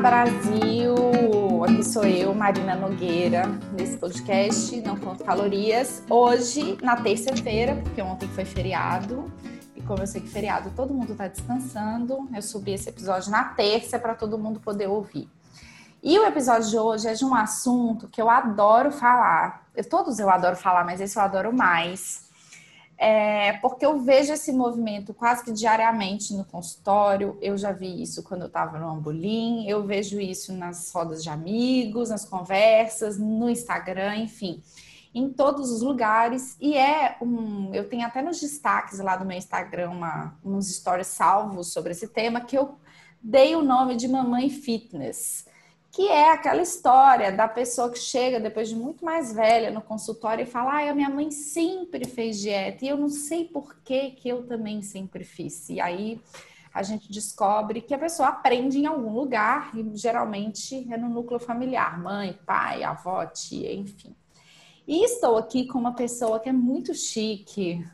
Brasil! Aqui sou eu, Marina Nogueira, nesse podcast Não Conto Calorias. Hoje, na terça-feira, porque ontem foi feriado, e como eu sei que feriado todo mundo está descansando, eu subi esse episódio na terça para todo mundo poder ouvir. E o episódio de hoje é de um assunto que eu adoro falar. Todos eu adoro falar, mas esse eu adoro mais. Porque eu vejo esse movimento quase que diariamente no consultório. Eu já vi isso quando eu estava no Ambolim, eu vejo isso nas rodas de amigos, nas conversas, no Instagram, enfim, em todos os lugares. E eu tenho até nos destaques lá do meu Instagram uns stories salvos sobre esse tema que eu dei o nome de Mamãe Fitness. Que é aquela história da pessoa que chega depois de muito mais velha no consultório e fala: a minha mãe sempre fez dieta e eu não sei por que eu também sempre fiz. E aí a gente descobre que a pessoa aprende em algum lugar e geralmente é no núcleo familiar, mãe, pai, avó, tia, enfim. E estou aqui com uma pessoa que é muito chique,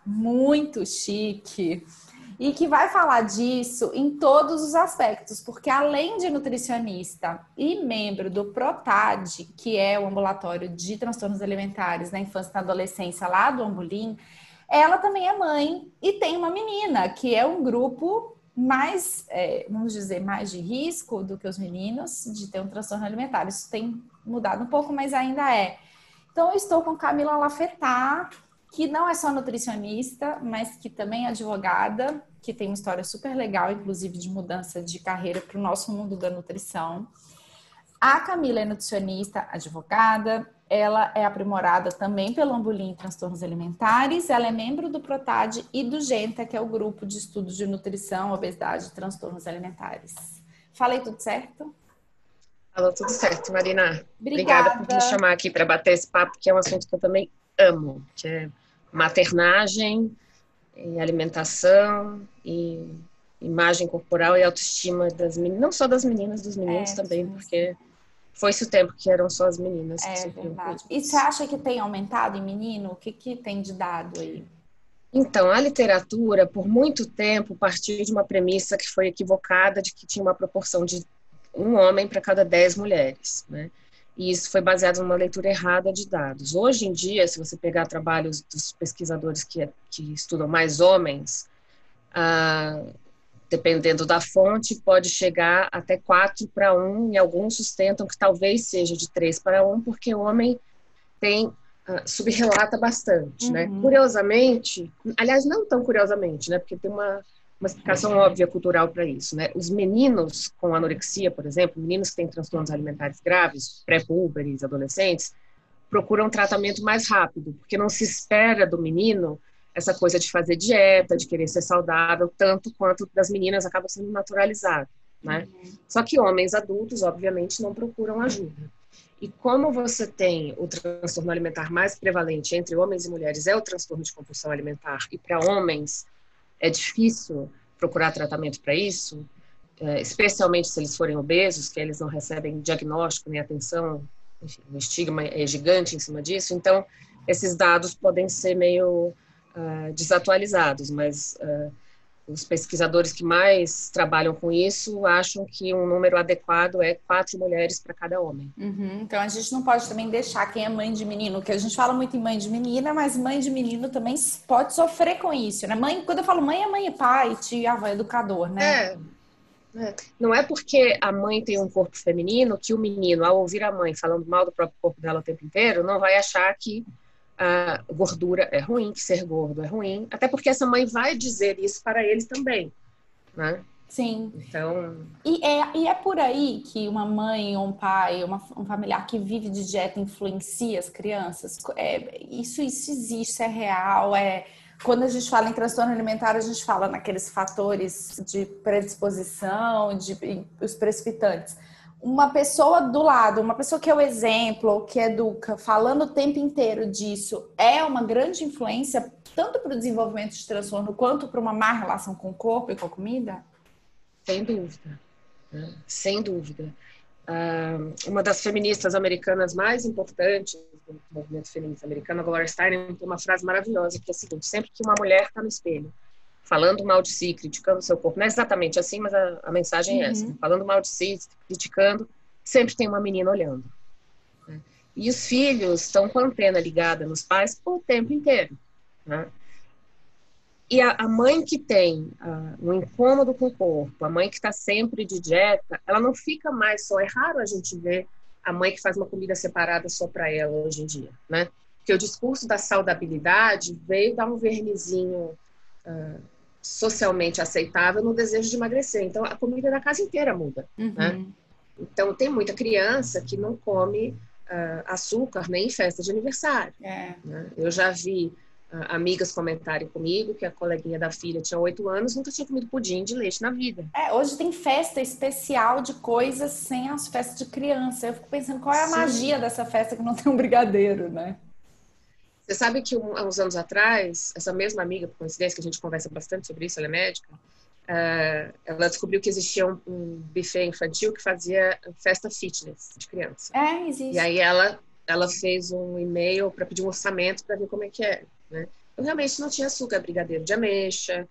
e que vai falar disso em todos os aspectos, porque além de nutricionista e membro do PROTAD, que é o ambulatório de transtornos alimentares na infância e na adolescência lá do Ambolim, ela também é mãe e tem uma menina, que é um grupo mais, vamos dizer, mais de risco do que os meninos de ter um transtorno alimentar. Isso tem mudado um pouco, mas ainda é. Então, eu estou com Camila Lafetá, que não é só nutricionista, mas que também é advogada, que tem uma história super legal, inclusive de mudança de carreira para o nosso mundo da nutrição. A Camila é nutricionista, advogada, ela é aprimorada também pelo Ambolim em Transtornos Alimentares, ela é membro do PROTAD e do GENTA, que é o grupo de estudos de nutrição, obesidade e transtornos alimentares. Falei tudo certo? Falou tudo certo, Marina. Obrigada por me Obrigada. chamar aqui para bater esse papo, que é um assunto que eu também amo, que é maternagem, e alimentação, e imagem corporal e autoestima das meninas, não só das meninas, dos meninos também, porque foi-se o tempo que eram só as meninas que sofriam com isso. E você acha que tem aumentado em menino? O que tem de dado aí? Então, a literatura, por muito tempo, partiu de uma premissa que foi equivocada, de que tinha uma proporção de um homem para cada 10 mulheres, né? E isso foi baseado numa leitura errada de dados. Hoje em dia, se você pegar trabalhos dos pesquisadores que estudam mais homens, dependendo da fonte, pode chegar até 4:1, e alguns sustentam que talvez seja de 3:1, porque o homem tem subrelata bastante, né? Curiosamente, aliás, não tão curiosamente, né? Porque tem uma explicação óbvia cultural para isso, né? Os meninos com anorexia, por exemplo, meninos que têm transtornos alimentares graves, pré-púberes, adolescentes, procuram tratamento mais rápido, porque não se espera do menino essa coisa de fazer dieta, de querer ser saudável, tanto quanto das meninas acaba sendo naturalizado, né? Só que homens adultos, obviamente, não procuram ajuda. E como você tem o transtorno alimentar mais prevalente entre homens e mulheres, é o transtorno de compulsão alimentar, e para homens é difícil procurar tratamento para isso, especialmente se eles forem obesos, que eles não recebem diagnóstico nem atenção, enfim, o estigma é gigante em cima disso. Então, esses dados podem ser meio desatualizados, mas os pesquisadores que mais trabalham com isso acham que um número adequado é 4 mulheres para cada homem. Então a gente não pode também deixar quem é mãe de menino, que a gente fala muito em mãe de menina, mas mãe de menino também pode sofrer com isso, né? Mãe, quando eu falo mãe, é mãe e pai, tia, avó, educador, né? Não é porque a mãe tem um corpo feminino que o menino, ao ouvir a mãe falando mal do próprio corpo dela o tempo inteiro, não vai achar que a gordura é ruim, que ser gordo é ruim, até porque essa mãe vai dizer isso para ele também, né? Sim. Então... E é por aí que uma mãe, um pai, um familiar que vive de dieta influencia as crianças? Isso existe, é real, Quando a gente fala em transtorno alimentar, a gente fala naqueles fatores de predisposição, os precipitantes. Uma pessoa do lado, uma pessoa que é o exemplo, que educa, falando o tempo inteiro disso, é uma grande influência tanto para o desenvolvimento de transtorno quanto para uma má relação com o corpo e com a comida? Sem dúvida, né? Sem dúvida. Uma das feministas americanas mais importantes do movimento feminista americano, a Gloria Steinem, tem uma frase maravilhosa que é a seguinte: sempre que uma mulher está no espelho falando mal de si, criticando o seu corpo. Não é exatamente assim, mas a mensagem é essa. Falando mal de si, criticando, sempre tem uma menina olhando. Né? E os filhos estão com a antena ligada nos pais o tempo inteiro. Né? E a mãe que tem um incômodo com o corpo, a mãe que está sempre de dieta, ela não fica mais só. É raro a gente ver a mãe que faz uma comida separada só para ela hoje em dia, né? Porque o discurso da saudabilidade veio dar um vernizinho socialmente aceitável no desejo de emagrecer. Então, a comida da casa inteira muda, né? Então, tem muita criança que não come açúcar nem em festa de aniversário. Né? Eu já vi amigas comentarem comigo que a coleguinha da filha tinha 8 anos, nunca tinha comido pudim de leite na vida. Hoje tem festa especial de coisas sem as festas de criança. Eu fico pensando, qual é a magia dessa festa que não tem um brigadeiro, né? Você sabe que há uns anos atrás, essa mesma amiga, por coincidência, que a gente conversa bastante sobre isso, ela é médica, ela descobriu que existia um buffet infantil que fazia festa fitness de criança. Existe. E aí ela fez um e-mail para pedir um orçamento para ver como é que é. Né? Eu realmente não tinha açúcar, brigadeiro de ameixa,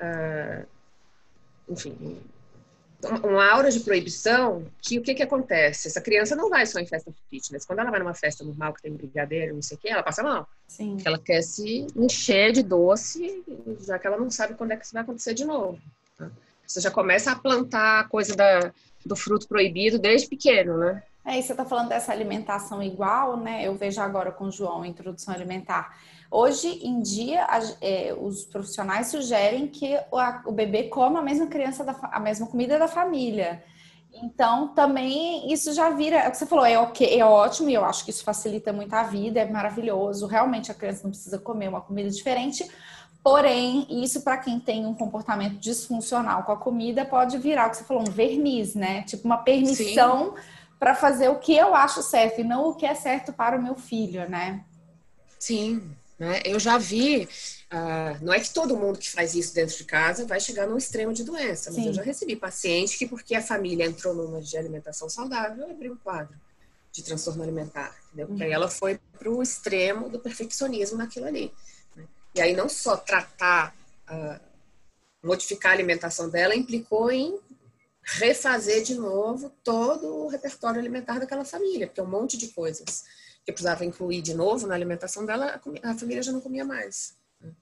enfim, uma aura de proibição que o que acontece? Essa criança não vai só em festa fitness. Quando ela vai numa festa normal que tem brigadeiro, não sei o que, ela passa mal. Sim. Porque ela quer se encher de doce, já que ela não sabe quando é que isso vai acontecer de novo. Tá? Você já começa a plantar a coisa do fruto proibido desde pequeno, né? E você está falando dessa alimentação igual, né? Eu vejo agora com o João, Introdução Alimentar. Hoje em dia, os profissionais sugerem que o bebê coma a mesma comida da família. Então, também isso já vira... É o que você falou, é ótimo e eu acho que isso facilita muito a vida, é maravilhoso. Realmente, a criança não precisa comer uma comida diferente. Porém, isso para quem tem um comportamento disfuncional com a comida pode virar, o que você falou, um verniz, né? Tipo uma permissão para fazer o que eu acho certo e não o que é certo para o meu filho, né? Sim, né? Eu já vi, não é que todo mundo que faz isso dentro de casa vai chegar num extremo de doença, mas eu já recebi paciente que, porque a família entrou numa de alimentação saudável, abriu um quadro de transtorno alimentar, entendeu? Porque aí ela foi para o extremo do perfeccionismo naquilo ali. Né? E aí não só tratar, modificar a alimentação dela, implicou em refazer de novo todo o repertório alimentar daquela família, porque um monte de coisas que precisava incluir de novo na alimentação dela, a família já não comia mais.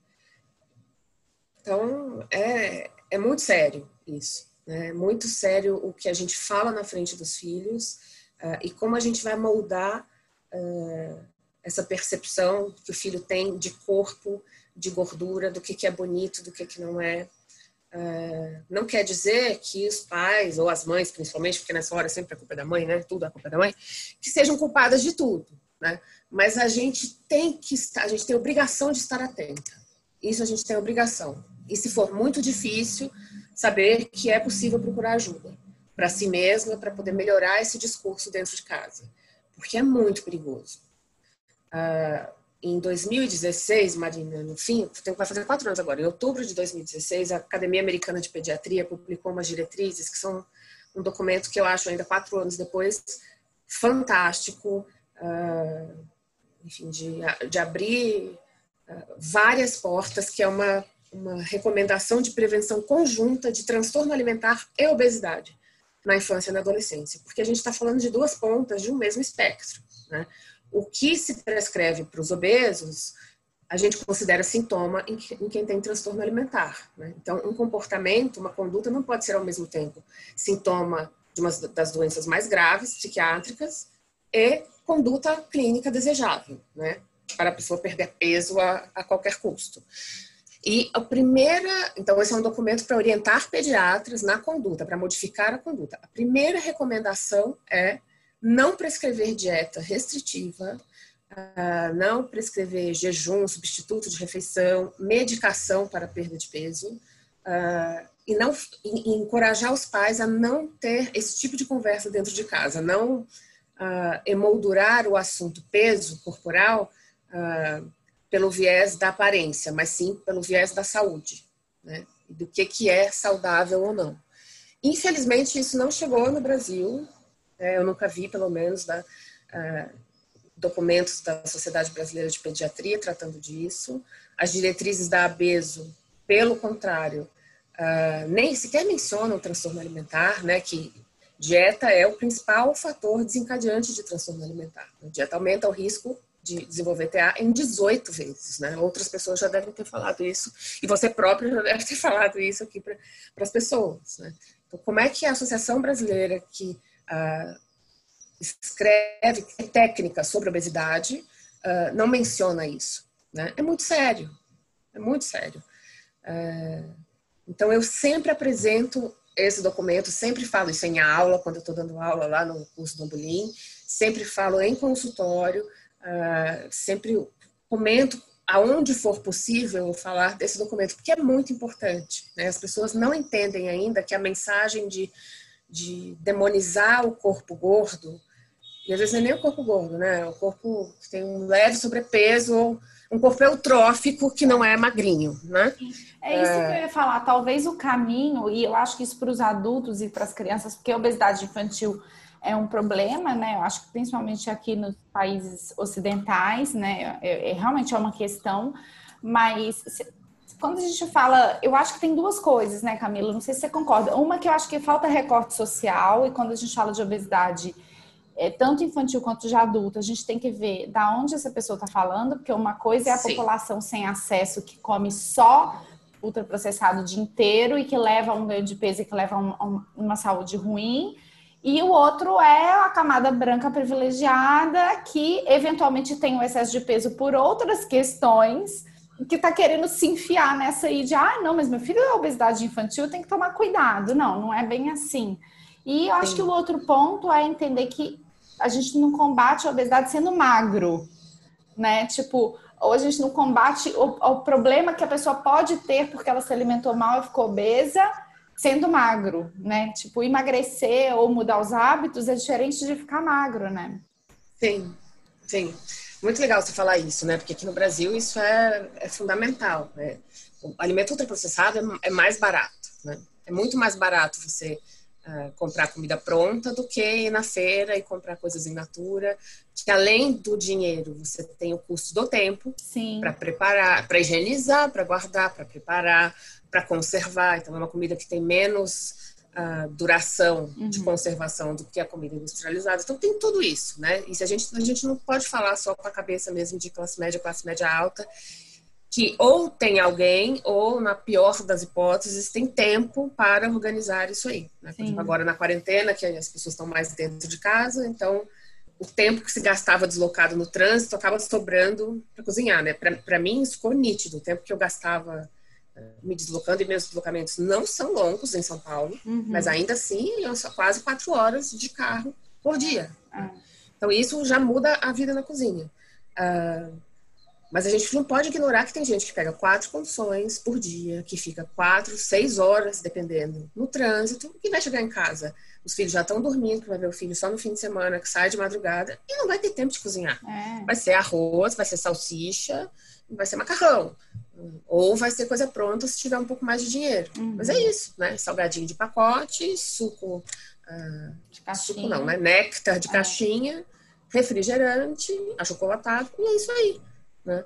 Então, é muito sério isso. Né? É muito sério o que a gente fala na frente dos filhos e como a gente vai moldar essa percepção que o filho tem de corpo, de gordura, do que é bonito, do que não é. Não quer dizer que os pais, ou as mães principalmente, porque nessa hora sempre a culpa é da mãe, né? Tudo é culpa da mãe, que sejam culpadas de tudo, né? Mas a gente tem a obrigação de estar atenta. Isso a gente tem obrigação. E se for muito difícil, saber que é possível procurar ajuda para si mesma, para poder melhorar esse discurso dentro de casa. Porque é muito perigoso. Em 2016, Marina, no fim, vai fazer 4 anos agora, em outubro de 2016, a Academia Americana de Pediatria publicou umas diretrizes que são um documento que eu acho ainda 4 anos depois fantástico, enfim, de abrir várias portas, que é uma recomendação de prevenção conjunta de transtorno alimentar e obesidade na infância e na adolescência, porque a gente está falando de 2 pontas de um mesmo espectro, né? O que se prescreve para os obesos, a gente considera sintoma em quem tem transtorno alimentar. Né? Então, um comportamento, uma conduta não pode ser ao mesmo tempo sintoma de uma das doenças mais graves, psiquiátricas, e conduta clínica desejável, né? Para a pessoa perder peso a qualquer custo. E então esse é um documento para orientar pediatras na conduta, para modificar a conduta. A primeira recomendação é não prescrever dieta restritiva, não prescrever jejum, substituto de refeição, medicação para perda de peso, e encorajar os pais a não ter esse tipo de conversa dentro de casa, não emoldurar o assunto peso corporal pelo viés da aparência, mas sim pelo viés da saúde, né? Do que é saudável ou não. Infelizmente, isso não chegou no Brasil. Eu nunca vi, pelo menos, documentos da Sociedade Brasileira de Pediatria tratando disso. As diretrizes da ABESO pelo contrário, nem sequer mencionam o transtorno alimentar, né, que dieta é o principal fator desencadeante de transtorno alimentar. A dieta aumenta o risco de desenvolver TA em 18 vezes, né? Outras pessoas já devem ter falado isso, e você próprio já deve ter falado isso aqui para as pessoas, né? Então, como é que a Associação Brasileira, que escreve técnicas sobre obesidade, não menciona isso, né? É muito sério, é muito sério. Então, eu sempre apresento esse documento, sempre falo isso em aula, quando eu estou dando aula lá no curso do Ambulim, sempre falo em consultório, sempre comento aonde for possível falar desse documento, porque é muito importante, né? As pessoas não entendem ainda que a mensagem de demonizar o corpo gordo, e às vezes não é nem o corpo gordo, né? O corpo que tem um leve sobrepeso, ou um corpo eutrófico que não é magrinho, né? É isso que eu ia falar, talvez o caminho, e eu acho que isso para os adultos e para as crianças, porque a obesidade infantil é um problema, né? Eu acho que principalmente aqui nos países ocidentais, né? Realmente é uma questão, mas quando a gente fala, eu acho que tem duas coisas, né, Camila? Não sei se você concorda. Uma que eu acho que falta recorte social, e quando a gente fala de obesidade, tanto infantil quanto de adulto, a gente tem que ver da onde essa pessoa está falando, porque uma coisa é a população sem acesso que come só ultraprocessado o dia inteiro e que leva a um ganho de peso e que leva a uma saúde ruim. E o outro é a camada branca privilegiada que eventualmente tem um excesso de peso por outras questões, que está querendo se enfiar nessa aí de não, mas meu filho é obesidade infantil, tem que tomar cuidado. Não é bem assim. E eu acho que o outro ponto é entender que a gente não combate a obesidade sendo magro, né? Tipo, ou a gente não combate o problema que a pessoa pode ter porque ela se alimentou mal e ficou obesa sendo magro, né? Tipo, emagrecer ou mudar os hábitos é diferente de ficar magro, né? Sim, sim. Muito legal você falar isso, né? Porque aqui no Brasil isso é fundamental, né? O alimento ultraprocessado é mais barato, né? É muito mais barato você comprar comida pronta do que ir na feira e comprar coisas in natura, que além do dinheiro, você tem o custo do tempo para preparar, para higienizar, para guardar, para preparar, para conservar. Então, é uma comida que tem menos duração de conservação do que a comida industrializada. Então, tem tudo isso, né? E se a gente não pode falar só com a cabeça mesmo de classe média alta, que ou tem alguém, ou, na pior das hipóteses, tem tempo para organizar isso aí, né? Por exemplo, agora na quarentena, que as pessoas estão mais dentro de casa, então o tempo que se gastava deslocado no trânsito acaba sobrando para cozinhar, né? Para mim, isso ficou nítido. O tempo que eu gastava me deslocando, e meus deslocamentos não são longos em São Paulo, mas ainda assim, são quase 4 horas de carro por dia. Então, isso já muda a vida na cozinha. Mas a gente não pode ignorar que tem gente que pega 4 conduções por dia, que fica 4, 6 horas, dependendo, no trânsito, e vai chegar em casa. Os filhos já estão dormindo, que vai ver o filho só no fim de semana, que sai de madrugada, e não vai ter tempo de cozinhar. Vai ser arroz, vai ser salsicha, vai ser macarrão. Ou vai ser coisa pronta se tiver um pouco mais de dinheiro. Mas é isso, né? Salgadinho de pacote, suco... suco não, né? Néctar de caixinha, refrigerante, achocolatado, e é isso aí. Né?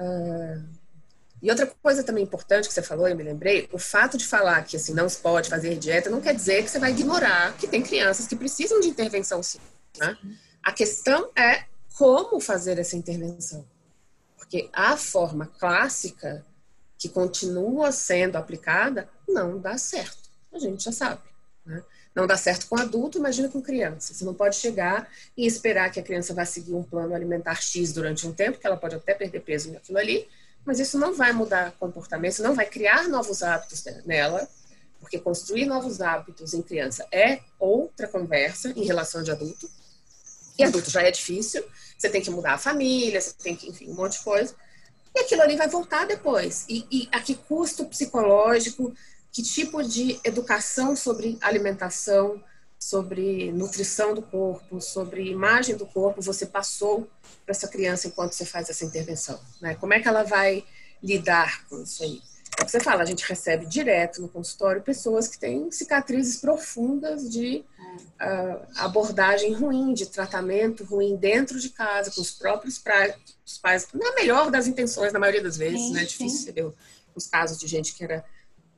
E outra coisa também importante que você falou, eu me lembrei, o fato de falar que assim, não se pode fazer dieta não quer dizer que você vai ignorar que tem crianças que precisam de intervenção sim, né? A questão é como fazer essa intervenção, porque a forma clássica que continua sendo aplicada não dá certo, a gente já sabe, né? Não dá certo com adulto, imagina com criança. Você não pode chegar e esperar que a criança vá seguir um plano alimentar X durante um tempo, que ela pode até perder peso naquilo ali, mas isso não vai mudar comportamento, isso não vai criar novos hábitos nela, porque construir novos hábitos em criança é outra conversa em relação de adulto. E adulto já é difícil, você tem que mudar a família, você tem que, enfim, um monte de coisa. E aquilo ali vai voltar depois. E a que custo psicológico, que tipo de educação sobre alimentação, sobre nutrição do corpo, sobre imagem do corpo você passou para essa criança enquanto você faz essa intervenção, né? Como é que ela vai lidar com isso aí? É o que você fala, a gente recebe direto no consultório pessoas que têm cicatrizes profundas de abordagem ruim, de tratamento ruim dentro de casa, com os próprios pais, na melhor das intenções, na maioria das vezes, né? É difícil saber o os casos de gente que era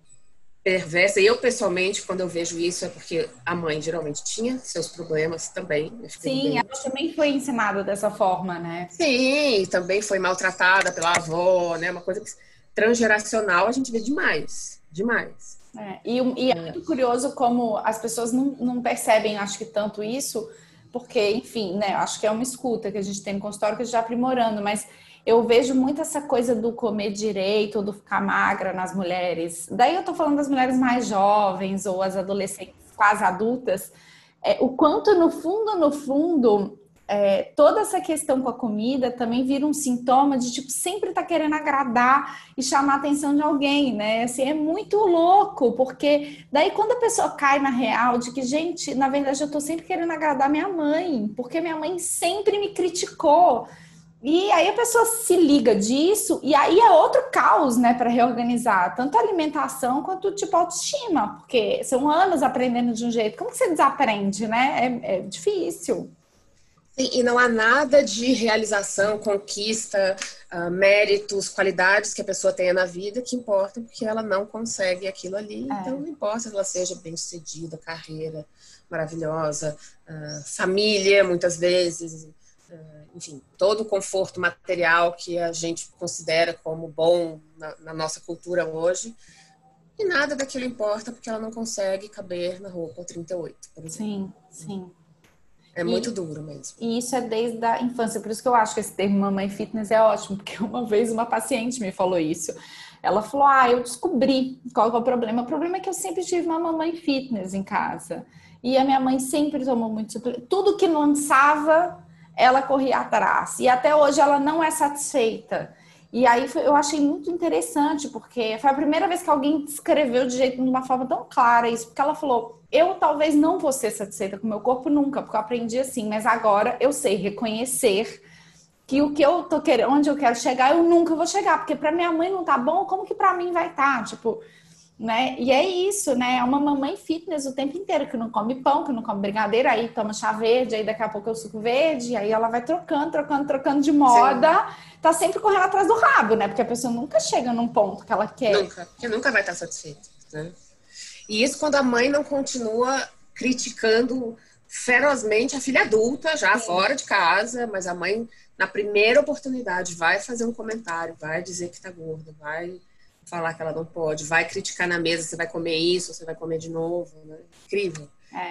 perversa. Eu, pessoalmente, quando eu vejo isso, é porque a mãe geralmente tinha seus problemas também. Sim, ela também foi ensinada dessa forma, né? Sim, também foi maltratada pela avó, né? Uma coisa que, transgeracional a gente vê demais, demais. E é muito curioso como as pessoas não percebem, acho que tanto isso, porque, enfim, né? Acho que é uma escuta que a gente tem no consultório que a gente está aprimorando, mas eu vejo muito essa coisa do comer direito ou do ficar magra nas mulheres. Daí eu tô falando das mulheres mais jovens ou as adolescentes quase adultas, o quanto no fundo, toda essa questão com a comida também vira um sintoma de, tipo, sempre tá querendo agradar e chamar a atenção de alguém, né? Assim, é muito louco, porque daí quando a pessoa cai na real de que, gente, na verdade eu tô sempre querendo agradar minha mãe, porque minha mãe sempre me criticou. E aí a pessoa se liga disso, e aí é outro caos, né, para reorganizar, tanto a alimentação quanto, tipo, a autoestima, porque são anos aprendendo de um jeito. Como que você desaprende, né? É difícil. Sim, e não há nada de realização, conquista, méritos, qualidades que a pessoa tenha na vida que importam, porque ela não consegue aquilo ali. Então, não importa se ela seja bem-sucedida, carreira maravilhosa, família, muitas vezes, enfim, todo o conforto material que a gente considera como bom na nossa cultura hoje. E nada daquilo importa porque ela não consegue caber na roupa 38, por exemplo. Sim, sim. É muito duro mesmo. E isso é desde a infância, por isso que eu acho que esse termo mamãe fitness é ótimo, porque uma vez uma paciente me falou isso. Ela falou, eu descobri qual é o problema. O problema é que eu sempre tive uma mamãe fitness em casa. E a minha mãe sempre tomou muito suplemento. Tudo que lançava, ela corria atrás. E até hoje ela não é satisfeita. E aí eu achei muito interessante, porque foi a primeira vez que alguém descreveu de uma forma tão clara isso, porque ela falou, eu talvez não vou ser satisfeita com o meu corpo nunca, porque eu aprendi assim, mas agora eu sei reconhecer que o que eu tô querendo, onde eu quero chegar, eu nunca vou chegar, porque para minha mãe não tá bom, como que para mim vai estar? Tipo, né? E é isso, né? É uma mamãe fitness o tempo inteiro, que não come pão, que não come brigadeiro, aí toma chá verde, aí daqui a pouco é o suco verde, aí ela vai trocando de moda. Sim. Tá sempre correndo atrás do rabo, né? Porque a pessoa nunca chega num ponto que ela quer. Nunca, porque nunca vai estar satisfeita, né? E isso quando a mãe não continua criticando ferozmente a filha adulta, já fora de casa, mas a mãe, na primeira oportunidade, vai fazer um comentário, vai dizer que tá gorda, vai falar que ela não pode, vai criticar na mesa, você vai comer isso, você vai comer de novo, né? Incrível.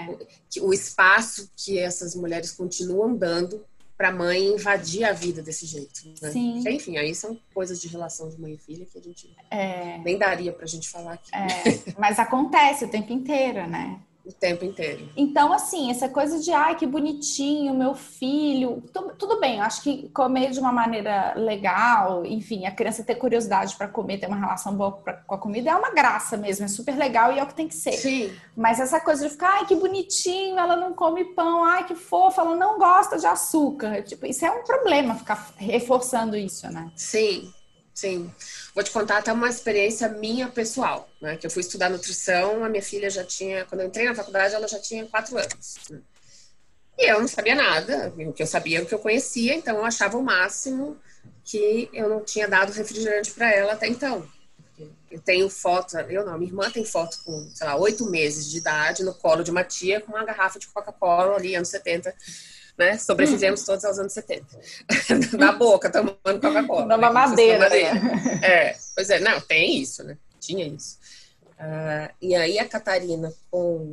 O espaço que essas mulheres continuam dando para a mãe invadir a vida desse jeito, né? Sim. Porque, enfim, aí são coisas de relação de mãe e filha que a gente nem daria pra gente falar aqui. Mas acontece o tempo inteiro, né? O tempo inteiro. Então, assim, essa coisa de, que bonitinho, meu filho, tudo bem, eu acho que comer de uma maneira legal, enfim, a criança ter curiosidade para comer, ter uma relação boa com a comida é uma graça mesmo, é super legal e é o que tem que ser. Sim. Mas essa coisa de ficar, que bonitinho, ela não come pão, que fofa, ela não gosta de açúcar, tipo, isso é um problema, ficar reforçando isso, né? Sim, sim. Vou te contar até uma experiência minha pessoal, né? Que eu fui estudar nutrição, a minha filha já tinha, quando eu entrei na faculdade, ela já tinha 4 anos. Né? E eu não sabia nada, o que eu sabia era o que eu conhecia, então eu achava o máximo que eu não tinha dado refrigerante para ela até então. Eu tenho foto, minha irmã tem foto com, 8 meses de idade, no colo de uma tia, com uma garrafa de Coca-Cola ali, anos 70, né? Sobrevivemos todos aos anos 70. Na boca, tomando Coca-Cola. Na mamadeira. Né? Pois é, não, tem isso, né? Tinha isso. E aí a Catarina, com,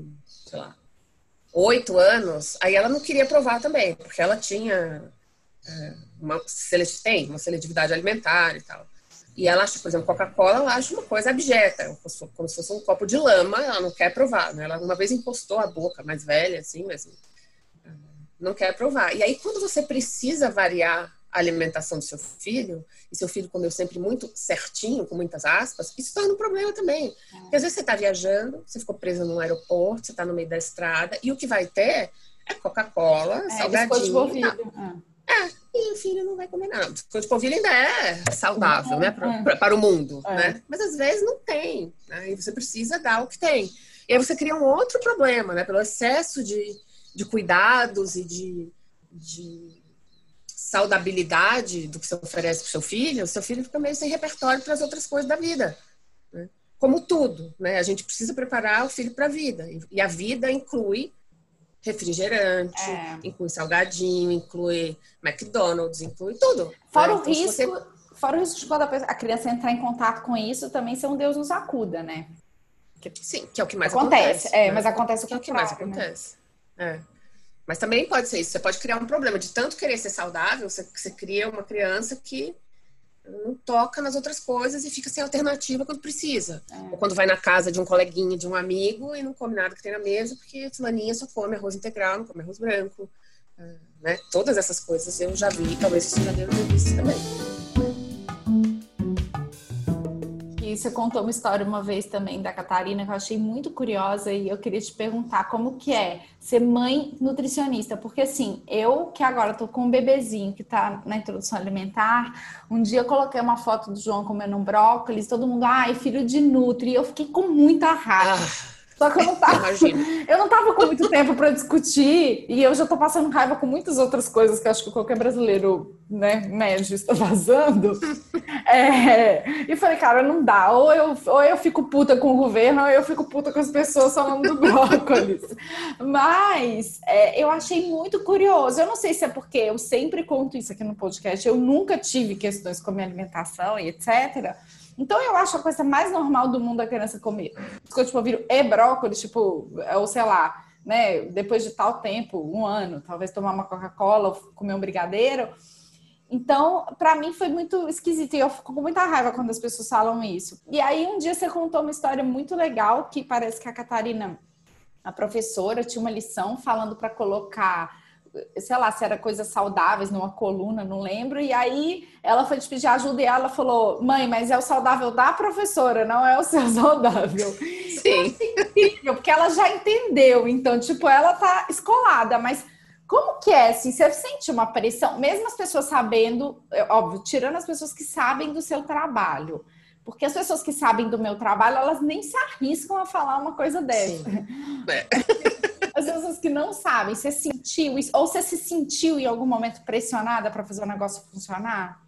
8 anos, aí ela não queria provar também, porque ela tinha uma seletividade alimentar e tal. E ela acha, por exemplo, Coca-Cola, ela acha uma coisa abjeta, como se fosse um copo de lama, ela não quer provar, né? Ela uma vez encostou a boca, mais velha, assim, mas não quer provar. E aí, quando você precisa variar a alimentação do seu filho, e seu filho comeu sempre muito certinho, com muitas aspas, isso torna um problema também. Porque às vezes você está viajando, você ficou presa num aeroporto, você está no meio da estrada, e o que vai ter é Coca-Cola, salgadinho e tal. E o filho não vai comer nada. Biscoito de polvilho ainda é saudável, né? Para o mundo, né? Mas às vezes não tem, né? E você precisa dar o que tem. E aí você cria um outro problema, né? Pelo excesso de cuidados e de saudabilidade do que você oferece para o seu filho fica meio sem repertório para as outras coisas da vida, né? Como tudo, né? A gente precisa preparar o filho para a vida. E a vida inclui refrigerante, inclui salgadinho, inclui McDonald's, inclui tudo. Fora o risco, fora o risco de quando a criança entrar em contato com isso, também ser um Deus nos acuda, né? Sim, que é o que mais acontece. Né? Mas acontece o que é o que mais acontece. Né? Mas também pode ser isso. Você pode criar um problema de tanto querer ser saudável, você cria uma criança que não toca nas outras coisas e fica sem alternativa quando precisa. Ou quando vai na casa de um coleguinha, de um amigo e não come nada que tem na mesa, porque fulaninha só come arroz integral, não come arroz branco. Né? Todas essas coisas eu já vi, talvez você já deva ter visto também. E você contou uma história uma vez também da Catarina que eu achei muito curiosa e eu queria te perguntar como que é ser mãe nutricionista, porque assim, eu que agora tô com um bebezinho que tá na introdução alimentar, um dia eu coloquei uma foto do João comendo um brócolis, todo mundo, ai, filho de nutri, e eu fiquei com muita raiva. Só que eu não tava com muito tempo para discutir e eu já tô passando raiva com muitas outras coisas que eu acho que qualquer brasileiro, né, médio está vazando. E falei, cara, não dá. Ou eu fico puta com o governo, ou eu fico puta com as pessoas falando do brócolis. Mas eu achei muito curioso. Eu não sei se é porque eu sempre conto isso aqui no podcast. Eu nunca tive questões com a minha alimentação e etc. Então, eu acho a coisa mais normal do mundo a criança comer. Tipo, eu viro brócolis, tipo, ou sei lá, né? Depois de tal tempo, 1 ano, talvez tomar uma Coca-Cola ou comer um brigadeiro. Então, pra mim foi muito esquisito. E eu fico com muita raiva quando as pessoas falam isso. E aí, um dia você contou uma história muito legal, que parece que a Catarina, a professora, tinha uma lição falando para colocar, sei lá, se era coisas saudáveis numa coluna, não lembro. E aí ela foi te pedir ajuda e ela falou, mãe, mas é o saudável da professora, não é o seu saudável. Sim. Incrível, porque ela já entendeu. Então, tipo, ela tá escolada, mas como que é, assim, você sente uma pressão, mesmo as pessoas sabendo, óbvio, tirando as pessoas que sabem do seu trabalho, porque as pessoas que sabem do meu trabalho, elas nem se arriscam a falar uma coisa dessa. As pessoas que não sabem, você sentiu isso? Ou você se sentiu em algum momento pressionada para fazer o negócio funcionar?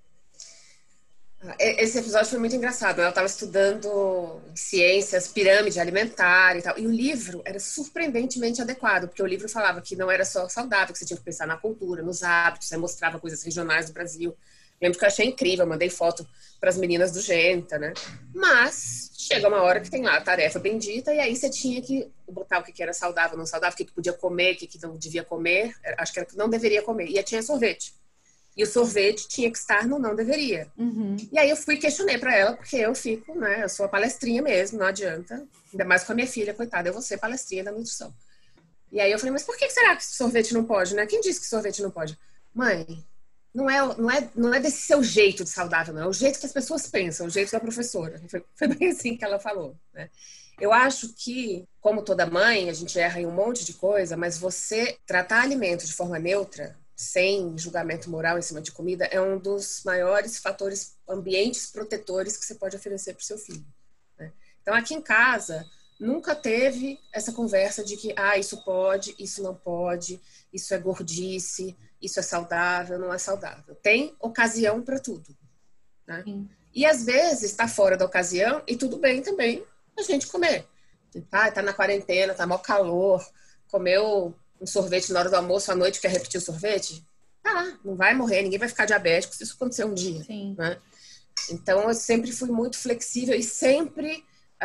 Esse episódio foi muito engraçado. Ela estava estudando ciências, pirâmide alimentar e tal. E o livro era surpreendentemente adequado, porque o livro falava que não era só saudável, que você tinha que pensar na cultura, nos hábitos, aí mostrava coisas regionais do Brasil. Lembro que eu achei incrível, mandei foto para as meninas do Genta, né? Mas chega uma hora que tem lá a tarefa bendita, e aí você tinha que botar o que era saudável, não saudável, o que podia comer, o que não devia comer, acho que era o que não deveria comer. E aí tinha sorvete. E o sorvete tinha que estar no não deveria. Uhum. E aí eu fui e questionei para ela, porque eu fico, né? Eu sou a palestrinha mesmo, não adianta. Ainda mais com a minha filha, coitada, eu vou ser palestrinha da nutrição. E aí eu falei, mas por que será que sorvete não pode, né? Quem disse que sorvete não pode? Mãe, não é desse seu jeito de saudável, não. É o jeito que as pessoas pensam, o jeito da professora. Foi bem assim que ela falou, né? Eu acho que, como toda mãe, a gente erra em um monte de coisa, mas você tratar alimento de forma neutra, sem julgamento moral em cima de comida, é um dos maiores fatores, ambientes protetores que você pode oferecer para o seu filho, né? Então, aqui em casa, nunca teve essa conversa de que, isso pode, isso não pode, isso é gordice, isso é saudável, não é saudável. Tem ocasião para tudo, né? E às vezes está fora da ocasião e tudo bem também a gente comer. Tá na quarentena, tá mau calor, comeu um sorvete na hora do almoço, à noite quer repetir o sorvete? Não vai morrer, ninguém vai ficar diabético se isso acontecer um dia. Sim. Né? Então eu sempre fui muito flexível e sempre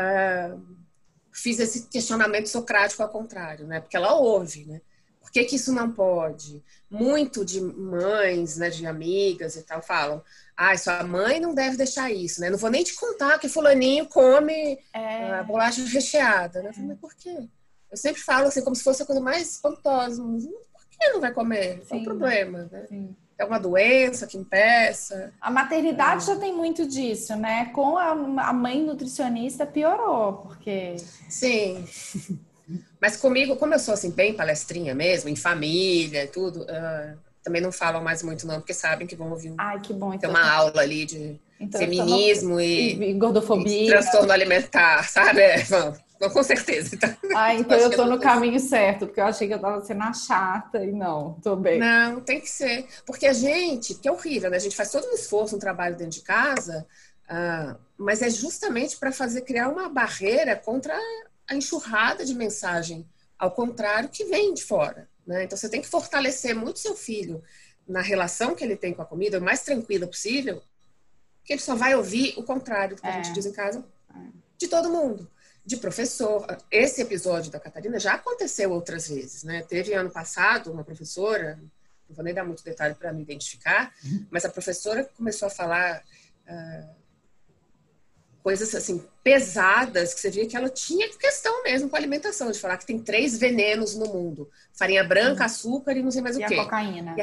fiz esse questionamento socrático ao contrário, né? Porque ela ouve, né? Por que isso não pode? Muito de mães, né, de amigas e tal, falam, sua mãe não deve deixar isso, né? Não vou nem te contar que fulaninho come bolacha recheada, né? Eu falei, mas por quê? Eu sempre falo assim, como se fosse a coisa mais espantosa. Por que não vai comer? Qual o problema, né? Sim. É uma doença que impeça. A maternidade já tem muito disso, né? Com a mãe nutricionista piorou, porque... Sim. Mas comigo, como eu sou assim, bem palestrinha mesmo, em família e tudo, também não falam mais muito não, porque sabem que vão ouvir que bom, então, ter uma aula ali de feminismo e gordofobia. E transtorno alimentar, sabe? Com certeza. Então eu tô no caminho certo, porque eu achei que eu tava sendo a chata e não, tô bem. Não, tem que ser. Porque a gente, que é horrível, né? A gente faz todo um esforço, um trabalho dentro de casa, mas é justamente para criar uma barreira contra a enxurrada de mensagem, ao contrário, que vem de fora, né? Então você tem que fortalecer muito seu filho na relação que ele tem com a comida, o mais tranquila possível, que ele só vai ouvir o contrário do que a gente diz em casa, de todo mundo. De professor. Esse episódio da Catarina já aconteceu outras vezes, né? Teve ano passado uma professora, não vou nem dar muito detalhe para me identificar, mas a professora começou a falar coisas assim pesadas, que você via que ela tinha questão mesmo com a alimentação, de falar que tem 3 venenos no mundo: farinha branca, açúcar e não sei mais o quê. E a cocaína.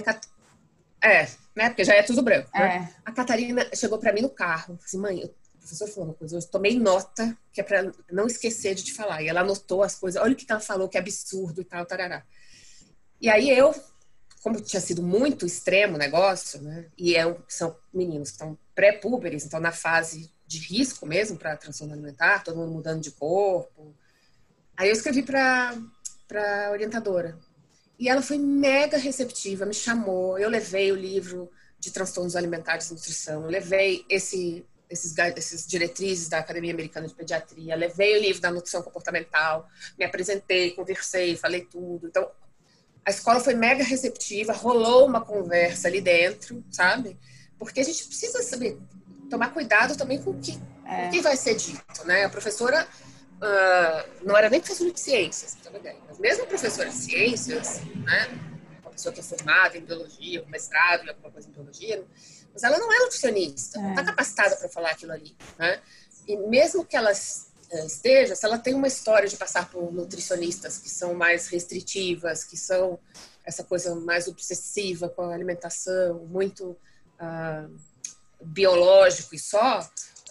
Né? Porque já é tudo branco, né? A Catarina chegou para mim no carro, assim, mãe, o professor falou uma coisa, eu tomei nota, que é para não esquecer de te falar. E ela anotou as coisas, olha o que ela falou, que é absurdo e tal, tarará. E aí eu, como tinha sido muito extremo o negócio, né? E são meninos que estão pré-púberes, então na fase de risco mesmo para transtorno alimentar, todo mundo mudando de corpo. Aí eu escrevi para orientadora. E ela foi mega receptiva, me chamou, eu levei o livro de transtornos alimentares e nutrição, levei esses diretrizes da Academia Americana de Pediatria, levei o livro da nutrição comportamental, me apresentei, conversei, falei tudo. Então, a escola foi mega receptiva, rolou uma conversa ali dentro, sabe? Porque a gente precisa saber tomar cuidado também com o que vai ser dito, né? A professora não era nem professora de ciências, mas mesmo professora de ciências, né? Uma pessoa que é formada em biologia, com mestrado em alguma coisa em biologia, mas ela não é nutricionista, não está capacitada para falar aquilo ali, né? E mesmo que ela esteja, se ela tem uma história de passar por nutricionistas que são mais restritivas, que são essa coisa mais obsessiva com a alimentação, muito biológico e só,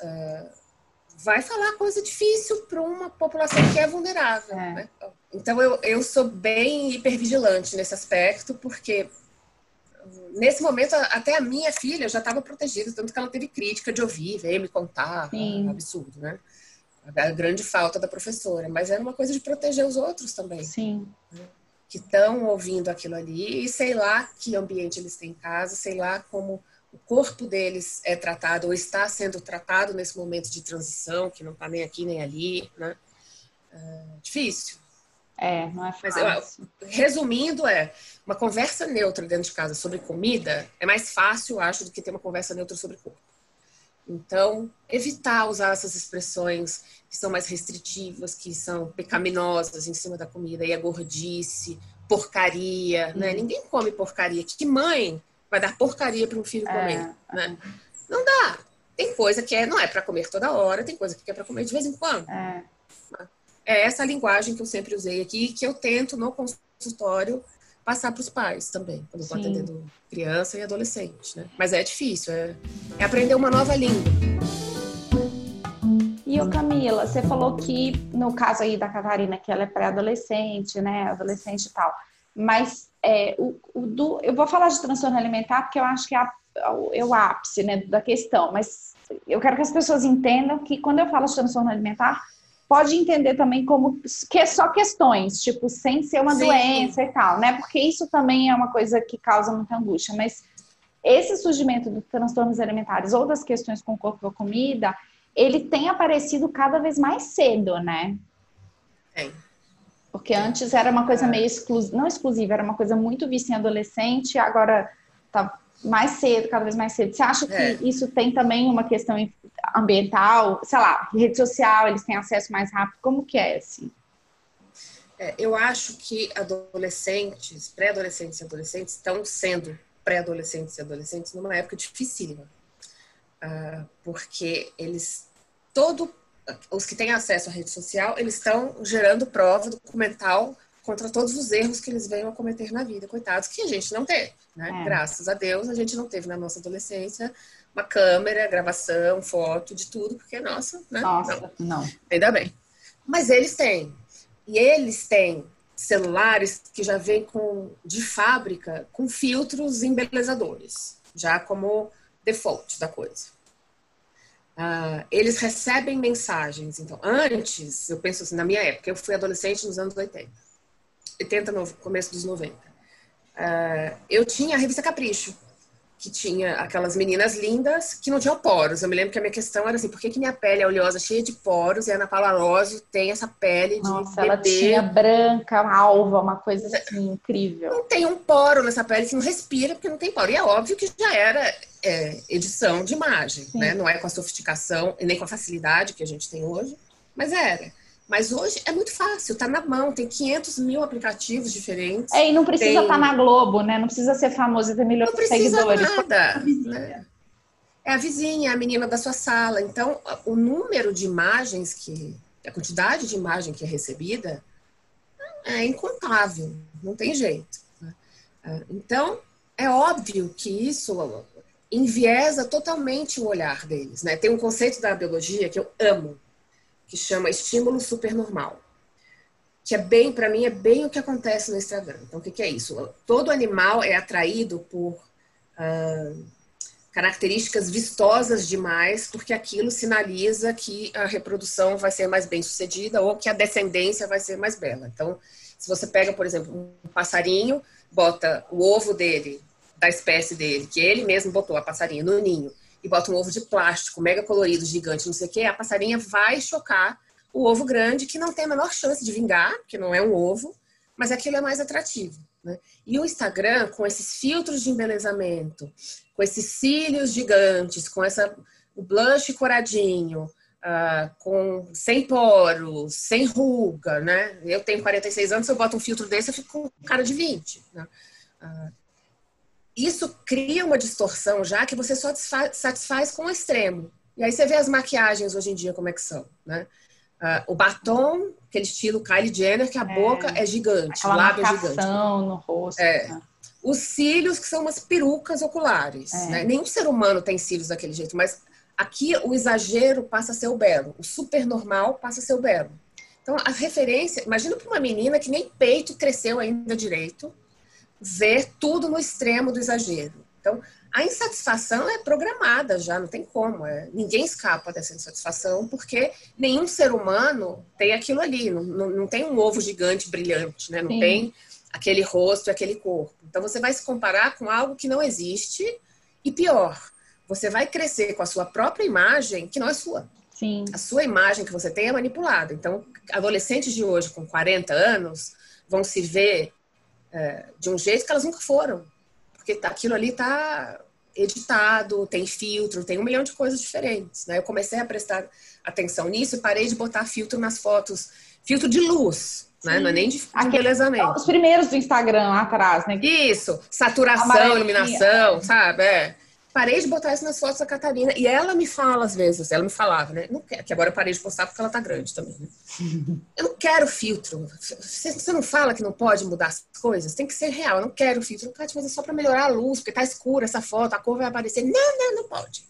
vai falar coisa difícil para uma população que é vulnerável, né? Então eu sou bem hipervigilante nesse aspecto, porque nesse momento até a minha filha já estava protegida, tanto que ela teve crítica de ouvir, veio me contar, absurdo, né? A grande falta da professora, mas era uma coisa de proteger os outros também. Sim. Né? Que estão ouvindo aquilo ali e sei lá que ambiente eles têm em casa, sei lá como o corpo deles é tratado ou está sendo tratado nesse momento de transição, que não está nem aqui nem ali, né? Difícil. Não é fácil. Mas, resumindo, uma conversa neutra dentro de casa sobre comida é mais fácil, acho, do que ter uma conversa neutra sobre corpo. Então, evitar usar essas expressões que são mais restritivas, que são pecaminosas em cima da comida, e a gordice, porcaria, né? Ninguém come porcaria. Que mãe vai dar porcaria para um filho comer, né? Não dá. Tem coisa que não é para comer toda hora, tem coisa que é para comer de vez em quando. É essa a linguagem que eu sempre usei aqui, que eu tento no consultório passar para os pais também, quando eu estou atendendo criança e adolescente, né? Mas é difícil, é aprender uma nova língua. E Camila, você falou que no caso aí da Catarina, que ela é pré-adolescente, né, adolescente e tal, mas eu vou falar de transtorno alimentar porque eu acho que é o ápice, né, da questão, mas eu quero que as pessoas entendam que quando eu falo de transtorno alimentar, pode entender também como que é só questões, tipo, sem ser uma doença e tal, né? Porque isso também é uma coisa que causa muita angústia. Mas esse surgimento dos transtornos alimentares ou das questões com o corpo e a comida, ele tem aparecido cada vez mais cedo, né? Porque antes era uma coisa meio não exclusiva, era uma coisa muito vista em adolescente, agora tá mais cedo, cada vez mais cedo. Você acha que isso tem também uma questão ambiental, sei lá, rede social, eles têm acesso mais rápido? Como que é, assim? Eu acho que adolescentes, pré-adolescentes e adolescentes estão sendo pré-adolescentes e adolescentes numa época dificílima. Porque os que têm acesso à rede social, eles estão gerando prova documental contra todos os erros que eles venham a cometer na vida, coitados, que a gente não teve, né? Graças a Deus, a gente não teve na nossa adolescência uma câmera, gravação, foto, de tudo, porque, nossa, né? Não. Ainda bem. Mas eles têm. E eles têm celulares que já vêm de fábrica com filtros embelezadores, já como default da coisa. eles recebem mensagens. Então, antes, eu penso assim, na minha época, eu fui adolescente nos anos 80, no começo dos 90. Eu tinha a revista Capricho, que tinha aquelas meninas lindas que não tinham poros. Eu me lembro que a minha questão era assim, por que minha pele é oleosa, cheia de poros, e a Ana Paula Arósio tem essa pele de Nossa, bebê. ela tinha branca, alva, uma coisa assim, incrível. Não tem um poro nessa pele que não respira, porque não tem poro. E é óbvio que já era edição de imagem, né? Não é com a sofisticação e nem com a facilidade que a gente tem hoje, mas era. Mas hoje é muito fácil, tá na mão, tem 500 mil aplicativos diferentes. E não precisa estar na Globo, né? Não precisa ser famoso e ter milhões Não de precisa seguidores. nada, né? É a vizinha, é a menina da sua sala. Então, o número de imagens a quantidade de imagem que é recebida é incontável, não tem jeito. Né? Então, é óbvio que isso enviesa totalmente o olhar deles. Né? Tem um conceito da biologia que eu amo, que chama estímulo supernormal. Que para mim, é bem o que acontece no Instagram. Então, o que é isso? Todo animal é atraído por características vistosas demais, porque aquilo sinaliza que a reprodução vai ser mais bem sucedida ou que a descendência vai ser mais bela. Então, se você pega, por exemplo, um passarinho, bota o ovo dele, da espécie dele, que ele mesmo botou a passarinha no ninho, e bota um ovo de plástico, mega colorido, gigante, não sei o quê, a passarinha vai chocar o ovo grande, que não tem a menor chance de vingar, porque não é um ovo, mas aquilo é mais atrativo. Né? E o Instagram, com esses filtros de embelezamento, com esses cílios gigantes, com o blush coradinho, sem poros, sem ruga, né? Eu tenho 46 anos, se eu boto um filtro desse, eu fico com cara de 20. Né? Isso cria uma distorção já que você só satisfaz com o extremo. E aí você vê as maquiagens hoje em dia como é que são, né? O batom, aquele estilo Kylie Jenner, que a boca é gigante, o lábio é gigante. No rosto. Né? Os cílios, que são umas perucas oculares. Né? Nenhum ser humano tem cílios daquele jeito, mas aqui o exagero passa a ser o belo. O super normal passa a ser o belo. Então, a referência... Imagina para uma menina que nem peito cresceu ainda direito, ver tudo no extremo do exagero. Então, a insatisfação é programada já, não tem como. Ninguém escapa dessa insatisfação, porque nenhum ser humano tem aquilo ali. Não tem um ovo gigante brilhante, né? Não tem aquele rosto e aquele corpo. Então, você vai se comparar com algo que não existe e pior, você vai crescer com a sua própria imagem, que não é sua. Sim. A sua imagem que você tem é manipulada. Então, adolescentes de hoje, com 40 anos, vão se ver de um jeito que elas nunca foram. Porque aquilo ali está editado, tem filtro, tem 1 milhão de coisas diferentes. Né? Eu comecei a prestar atenção nisso e parei de botar filtro nas fotos. Filtro de luz, né? Não é nem de embelezamento. Os primeiros do Instagram lá atrás, né? Isso, saturação, iluminação, sabe? Parei de botar isso nas fotos da Catarina. E ela me fala às vezes, ela me falava, né? Não quero, que agora eu parei de postar porque ela tá grande também, né? Eu não quero filtro. Você não fala que não pode mudar as coisas? Tem que ser real. Eu não quero filtro. Não quero te fazer só para melhorar a luz, porque tá escura essa foto, a cor vai aparecer. Não pode.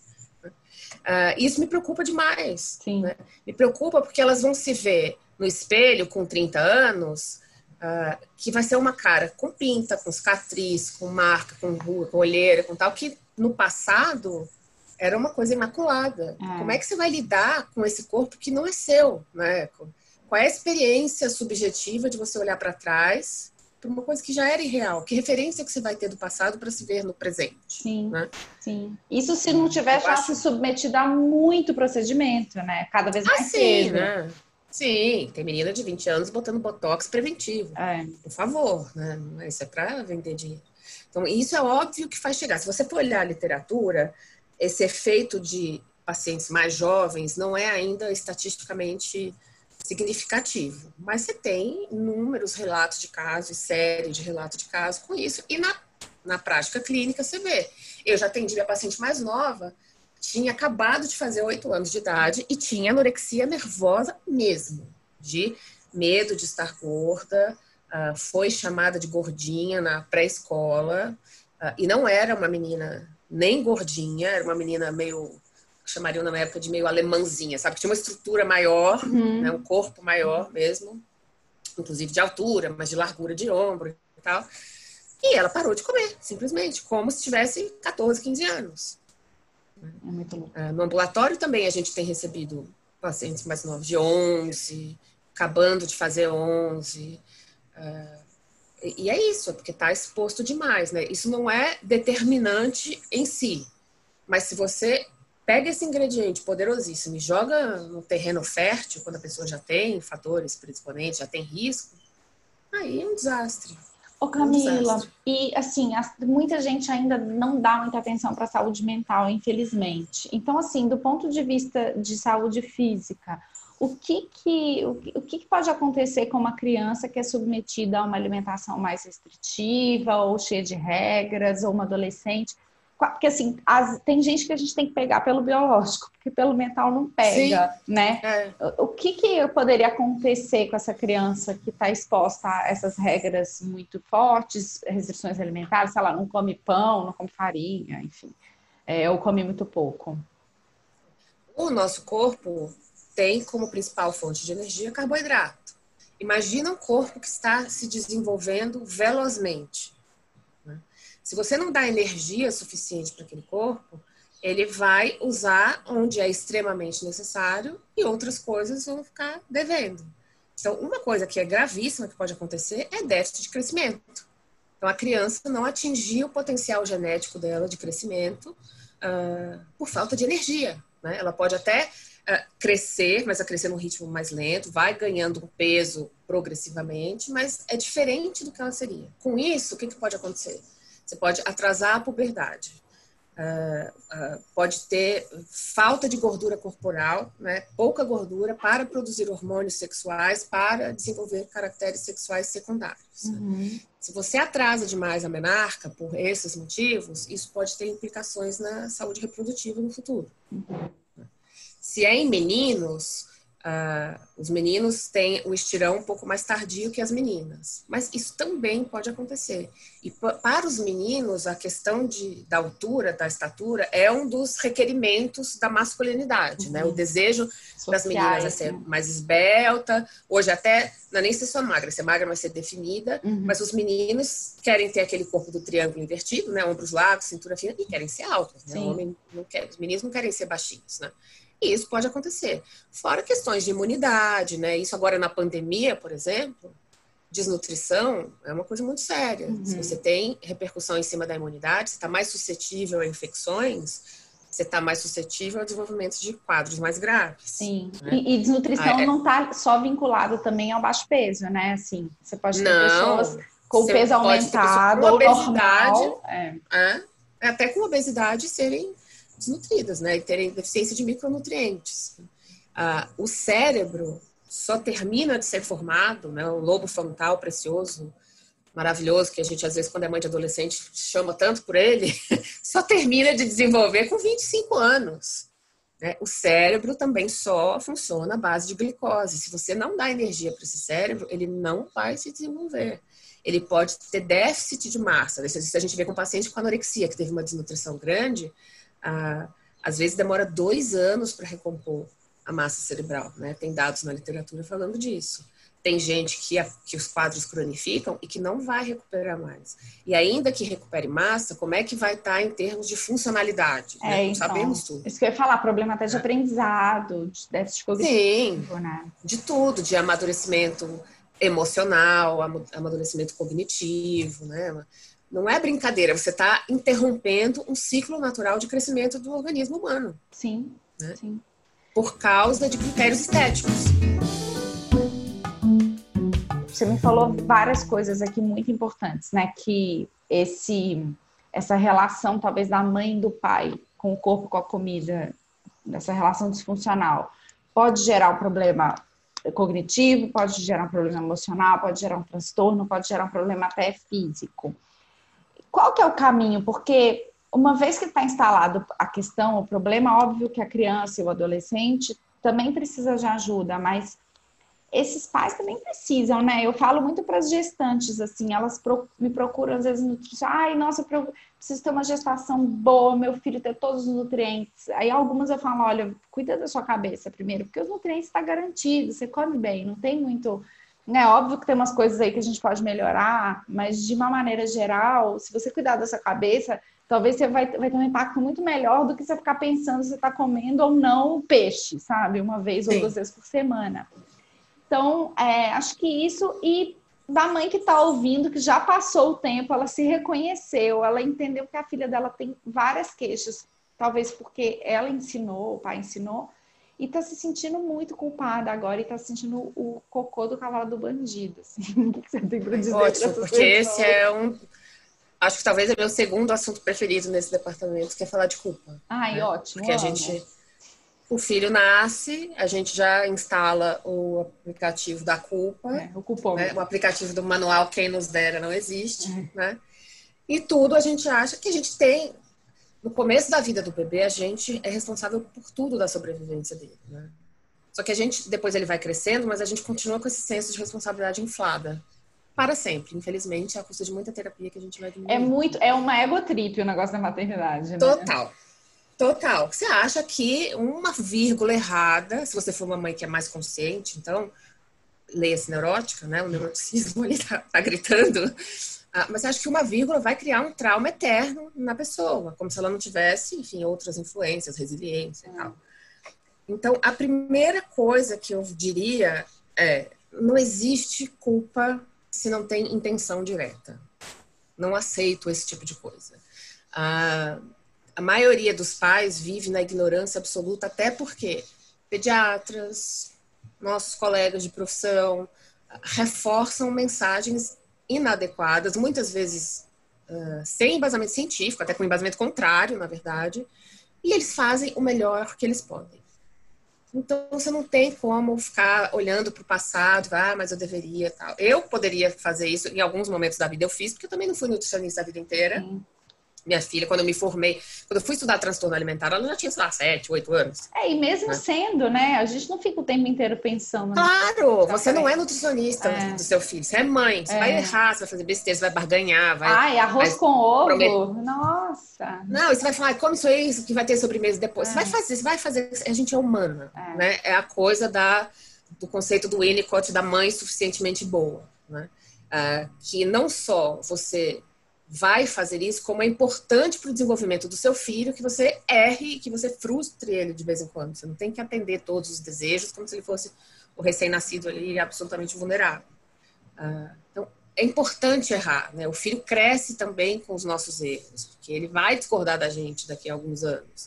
Isso me preocupa demais. Né? Me preocupa porque elas vão se ver no espelho com 30 anos, que vai ser uma cara com pinta, com cicatriz, com marca, com ruga, com olheira, com tal, que no passado era uma coisa imaculada. Como é que você vai lidar com esse corpo que não é seu? Né? Qual é a experiência subjetiva de você olhar para trás para uma coisa que já era irreal? Que referência que você vai ter do passado para se ver no presente? Sim, né? sim. Isso se não tiver já se submetido a muito procedimento, né? Cada vez mais cedo. Né? Sim, tem menina de 20 anos botando botox preventivo. Por favor, né? Isso é para vender dinheiro. Então, isso é óbvio que faz chegar. Se você for olhar a literatura, esse efeito de pacientes mais jovens não é ainda estatisticamente significativo. Mas você tem inúmeros relatos de casos, série de relatos de casos com isso. E na prática clínica você vê. Eu já atendi minha paciente mais nova, tinha acabado de fazer 8 anos de idade e tinha anorexia nervosa mesmo, de medo de estar gorda, foi chamada de gordinha na pré-escola, e não era uma menina nem gordinha, era uma menina meio, chamariam na época de meio alemãzinha, sabe? Que tinha uma estrutura maior, né? Um corpo maior mesmo, inclusive de altura, mas de largura de ombro e tal. E ela parou de comer, simplesmente, como se tivesse 14, 15 anos. É muito louco. No ambulatório também a gente tem recebido pacientes mais novos, de 11, acabando de fazer 11. E é isso, é porque está exposto demais, né? Isso não é determinante em si, mas se você pega esse ingrediente poderosíssimo e joga no terreno fértil, quando a pessoa já tem fatores predisponentes, já tem risco, aí é um desastre. Ô Camila, e assim, muita gente ainda não dá muita atenção para a saúde mental, infelizmente. Então, assim, do ponto de vista de saúde física, o que pode acontecer com uma criança que é submetida a uma alimentação mais restritiva ou cheia de regras, ou uma adolescente? Porque, assim, tem gente que a gente tem que pegar pelo biológico, porque pelo mental não pega, sim, né? É. O que poderia acontecer com essa criança que está exposta a essas regras muito fortes, restrições alimentares, sei lá, não come pão, não come farinha, enfim, ou come muito pouco? O nosso corpo tem como principal fonte de energia carboidrato. Imagina um corpo que está se desenvolvendo velozmente. Se você não dá energia suficiente para aquele corpo, ele vai usar onde é extremamente necessário e outras coisas vão ficar devendo. Então, uma coisa que é gravíssima que pode acontecer é déficit de crescimento. Então, a criança não atingiu o potencial genético dela de crescimento por falta de energia, né? Ela pode até crescer, mas vai crescer num ritmo mais lento, vai ganhando peso progressivamente, mas é diferente do que ela seria. Com isso, o que pode acontecer? Você pode atrasar a puberdade, pode ter falta de gordura corporal, né? Pouca gordura para produzir hormônios sexuais, para desenvolver caracteres sexuais secundários. Uhum. Se você atrasa demais a menarca por esses motivos, isso pode ter implicações na saúde reprodutiva no futuro. Uhum. Se é em meninos, os meninos têm o estirão um pouco mais tardio que as meninas, mas isso também pode acontecer. E para os meninos, a questão da altura, da estatura, é um dos requerimentos da masculinidade, né? O desejo das meninas é ser mais esbelta, hoje até, não é nem ser só magra, ser magra vai ser definida, mas os meninos querem ter aquele corpo do triângulo invertido, né? Ombros largos, cintura fina, e querem ser altos, né? O homem não quer, os meninos não querem ser baixinhos, né? E isso pode acontecer. Fora questões de imunidade, né? Isso agora na pandemia, por exemplo, desnutrição é uma coisa muito séria. Se você tem repercussão em cima da imunidade, você está mais suscetível a infecções, você está mais suscetível ao desenvolvimento de quadros mais graves. Sim. Né? E desnutrição não está só vinculada também ao baixo peso, né? Assim, você pode ter pessoas com o peso aumentado ou normal. Até com obesidade serem desnutridas, né? E terem deficiência de micronutrientes. O cérebro só termina de ser formado, né? O lobo frontal precioso, maravilhoso, que a gente às vezes quando é mãe de adolescente chama tanto por ele, só termina de desenvolver com 25 anos. Né? O cérebro também só funciona à base de glicose. Se você não dá energia para esse cérebro, ele não vai se desenvolver. Ele pode ter déficit de massa. Se a gente vê com paciente com anorexia, que teve uma desnutrição grande, às vezes demora 2 anos para recompor a massa cerebral, né? Tem dados na literatura falando disso. Tem gente que os quadros cronificam e que não vai recuperar mais. E ainda que recupere massa, como é que vai estar em termos de funcionalidade? Né? Não então, sabemos tudo. Isso que eu ia falar, problema até de aprendizado, de déficit cognitivo, sim, né? De tudo, de amadurecimento emocional, amadurecimento cognitivo, né? Não é brincadeira, você está interrompendo um ciclo natural de crescimento do organismo humano. Sim, né? sim. Por causa de critérios estéticos. Você me falou várias coisas aqui muito importantes, né? Que essa relação, talvez, da mãe e do pai com o corpo, com a comida, essa relação disfuncional, pode gerar um problema cognitivo, pode gerar um problema emocional, pode gerar um transtorno, pode gerar um problema até físico. Qual que é o caminho? Porque uma vez que está instalado a questão, o problema, óbvio que a criança e o adolescente também precisa de ajuda, mas esses pais também precisam, né? Eu falo muito para as gestantes, assim, elas me procuram às vezes nutricionista. Ai, nossa, eu preciso ter uma gestação boa, meu filho ter todos os nutrientes. Aí algumas eu falo, olha, cuida da sua cabeça primeiro, porque os nutrientes estão garantidos, você come bem, não tem muito... É óbvio que tem umas coisas aí que a gente pode melhorar, mas de uma maneira geral, se você cuidar da sua cabeça, talvez você vai ter um impacto muito melhor do que você ficar pensando se você está comendo ou não peixe, sabe? Uma vez ou 2 vezes por semana. Então, acho que isso, e da mãe que está ouvindo, que já passou o tempo, ela se reconheceu, ela entendeu que a filha dela tem várias queixas, talvez porque ela ensinou, o pai ensinou, e está se sentindo muito culpada agora, e está se sentindo o cocô do cavalo do bandido. Assim. O que você tem para dizer? Ótimo, porque esse é acho que talvez é meu segundo assunto preferido nesse departamento, que é falar de culpa. Ai, né? ótimo. Porque o filho nasce, a gente já instala o aplicativo da culpa. O cupom. Né? O aplicativo do manual Quem Nos Dera não existe. Né? E tudo a gente acha que a gente tem. No começo da vida do bebê, a gente é responsável por tudo da sobrevivência dele. Né? Só que depois ele vai crescendo, mas a gente continua com esse senso de responsabilidade inflada. Para sempre, infelizmente, é a custa de muita terapia que a gente vai diminuir. É uma egotrip o negócio da maternidade, né? Total. Você acha que uma vírgula errada, se você for uma mãe que é mais consciente, então, leia-se neurótica, né? O neuroticismo ali tá gritando. Mas você acha que uma vírgula vai criar um trauma eterno na pessoa, como se ela não tivesse, enfim, outras influências, resiliência e tal. Então, a primeira coisa que eu diria não existe culpa se não tem intenção direta. Não aceito esse tipo de coisa. A maioria dos pais vive na ignorância absoluta, até porque pediatras, nossos colegas de profissão, reforçam mensagens inadequadas, muitas vezes sem embasamento científico, até com embasamento contrário, na verdade, e eles fazem o melhor que eles podem. Então, você não tem como ficar olhando para o passado, mas eu deveria, tal. Eu poderia fazer isso em alguns momentos da vida, eu fiz, porque eu também não fui nutricionista a vida inteira. Sim. Minha filha, quando eu me formei, quando eu fui estudar transtorno alimentar, ela já tinha, sei lá, 7, 8 anos. E mesmo sendo, né? A gente não fica o tempo inteiro pensando... Claro! Você não é nutricionista do seu filho, você é mãe. Você vai errar, você vai fazer besteira, você vai barganhar, arroz com ovo? Nossa! Não, e você vai falar, come isso que vai ter sobremesa depois. Você vai fazer, a gente é humana, né? É a coisa do conceito do Winnicott, da mãe suficientemente boa, né? Que não só você vai fazer isso, como é importante para o desenvolvimento do seu filho que você erre, que você frustre ele de vez em quando. Você não tem que atender todos os desejos como se ele fosse o recém-nascido ali absolutamente vulnerável. Então, é importante errar, né? O filho cresce também com os nossos erros, porque ele vai discordar da gente daqui a alguns anos.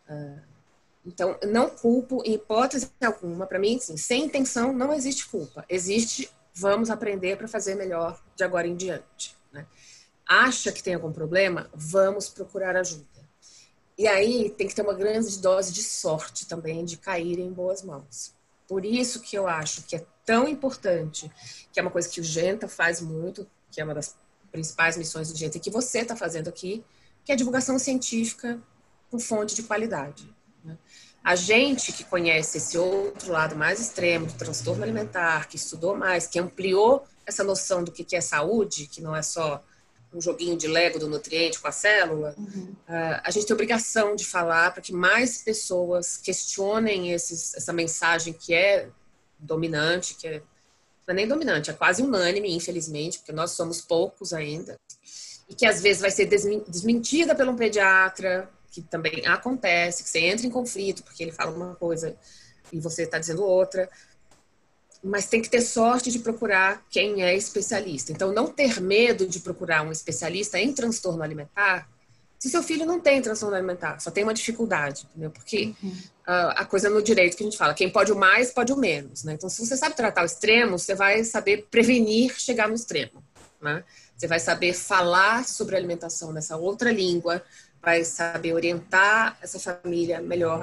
Então, não culpo em hipótese alguma. Para mim, assim, sem intenção não existe culpa. Existe, vamos aprender para fazer melhor de agora em diante, né? Acha que tem algum problema, vamos procurar ajuda. E aí tem que ter uma grande dose de sorte também de cair em boas mãos. Por isso que eu acho que é tão importante, que é uma coisa que o Genta faz muito, que é uma das principais missões do Genta e que você está fazendo aqui, que é a divulgação científica com fonte de qualidade. Né? A gente que conhece esse outro lado mais extremo do transtorno alimentar, que estudou mais, que ampliou essa noção do que é saúde, que não é só um joguinho de Lego do nutriente com a célula, a gente tem obrigação de falar para que mais pessoas questionem essa mensagem que é dominante, não é nem dominante, é quase unânime, infelizmente, porque nós somos poucos ainda, e que às vezes vai ser desmentida por um pediatra, que também acontece, que você entra em conflito porque ele fala uma coisa e você está dizendo outra. Mas tem que ter sorte de procurar quem é especialista. Então, não ter medo de procurar um especialista em transtorno alimentar, se seu filho não tem transtorno alimentar, só tem uma dificuldade, entendeu? Porque a coisa no direito que a gente fala, quem pode o mais, pode o menos, né? Então, se você sabe tratar o extremo, você vai saber prevenir chegar no extremo, né? Você vai saber falar sobre alimentação nessa outra língua, vai saber orientar essa família melhor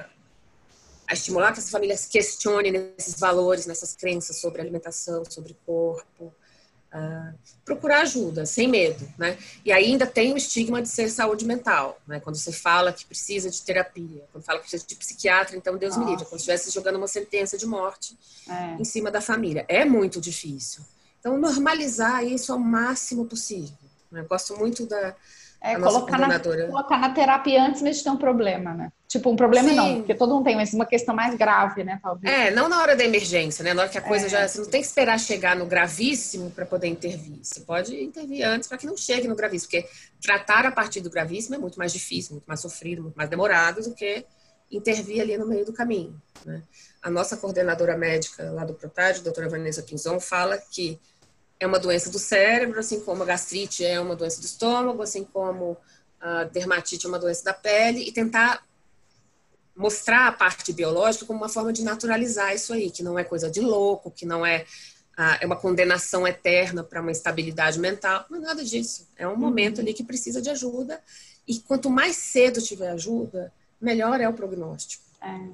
a estimular que essa família se questione nesses valores, nessas crenças sobre alimentação, sobre corpo. Procurar ajuda, sem medo, né? E ainda tem o estigma de ser saúde mental, né? Quando você fala que precisa de terapia, quando fala que precisa de psiquiatra, então Deus me livre, como se estivesse jogando uma sentença de morte em cima da família. É muito difícil. Então, normalizar isso ao máximo possível. Eu gosto muito a nossa coordenadora. Colocar na terapia antes mesmo de ter um problema, né? Tipo, um problema Sim. não, porque todo mundo tem, mas uma questão mais grave, né, talvez. Não na hora da emergência, né? Na hora que a coisa já... Você não tem que esperar chegar no gravíssimo para poder intervir. Você pode intervir antes para que não chegue no gravíssimo, porque tratar a partir do gravíssimo é muito mais difícil, muito mais sofrido, muito mais demorado do que intervir ali no meio do caminho, né? A nossa coordenadora médica lá do Protad, a doutora Vanessa Pinzon, fala que é uma doença do cérebro, assim como a gastrite é uma doença do estômago, assim como a dermatite é uma doença da pele, e tentar mostrar a parte biológica como uma forma de naturalizar isso aí, que não é coisa de louco, que não é uma condenação eterna para uma estabilidade mental, não é nada disso. É um momento ali que precisa de ajuda, e quanto mais cedo tiver ajuda, melhor é o prognóstico.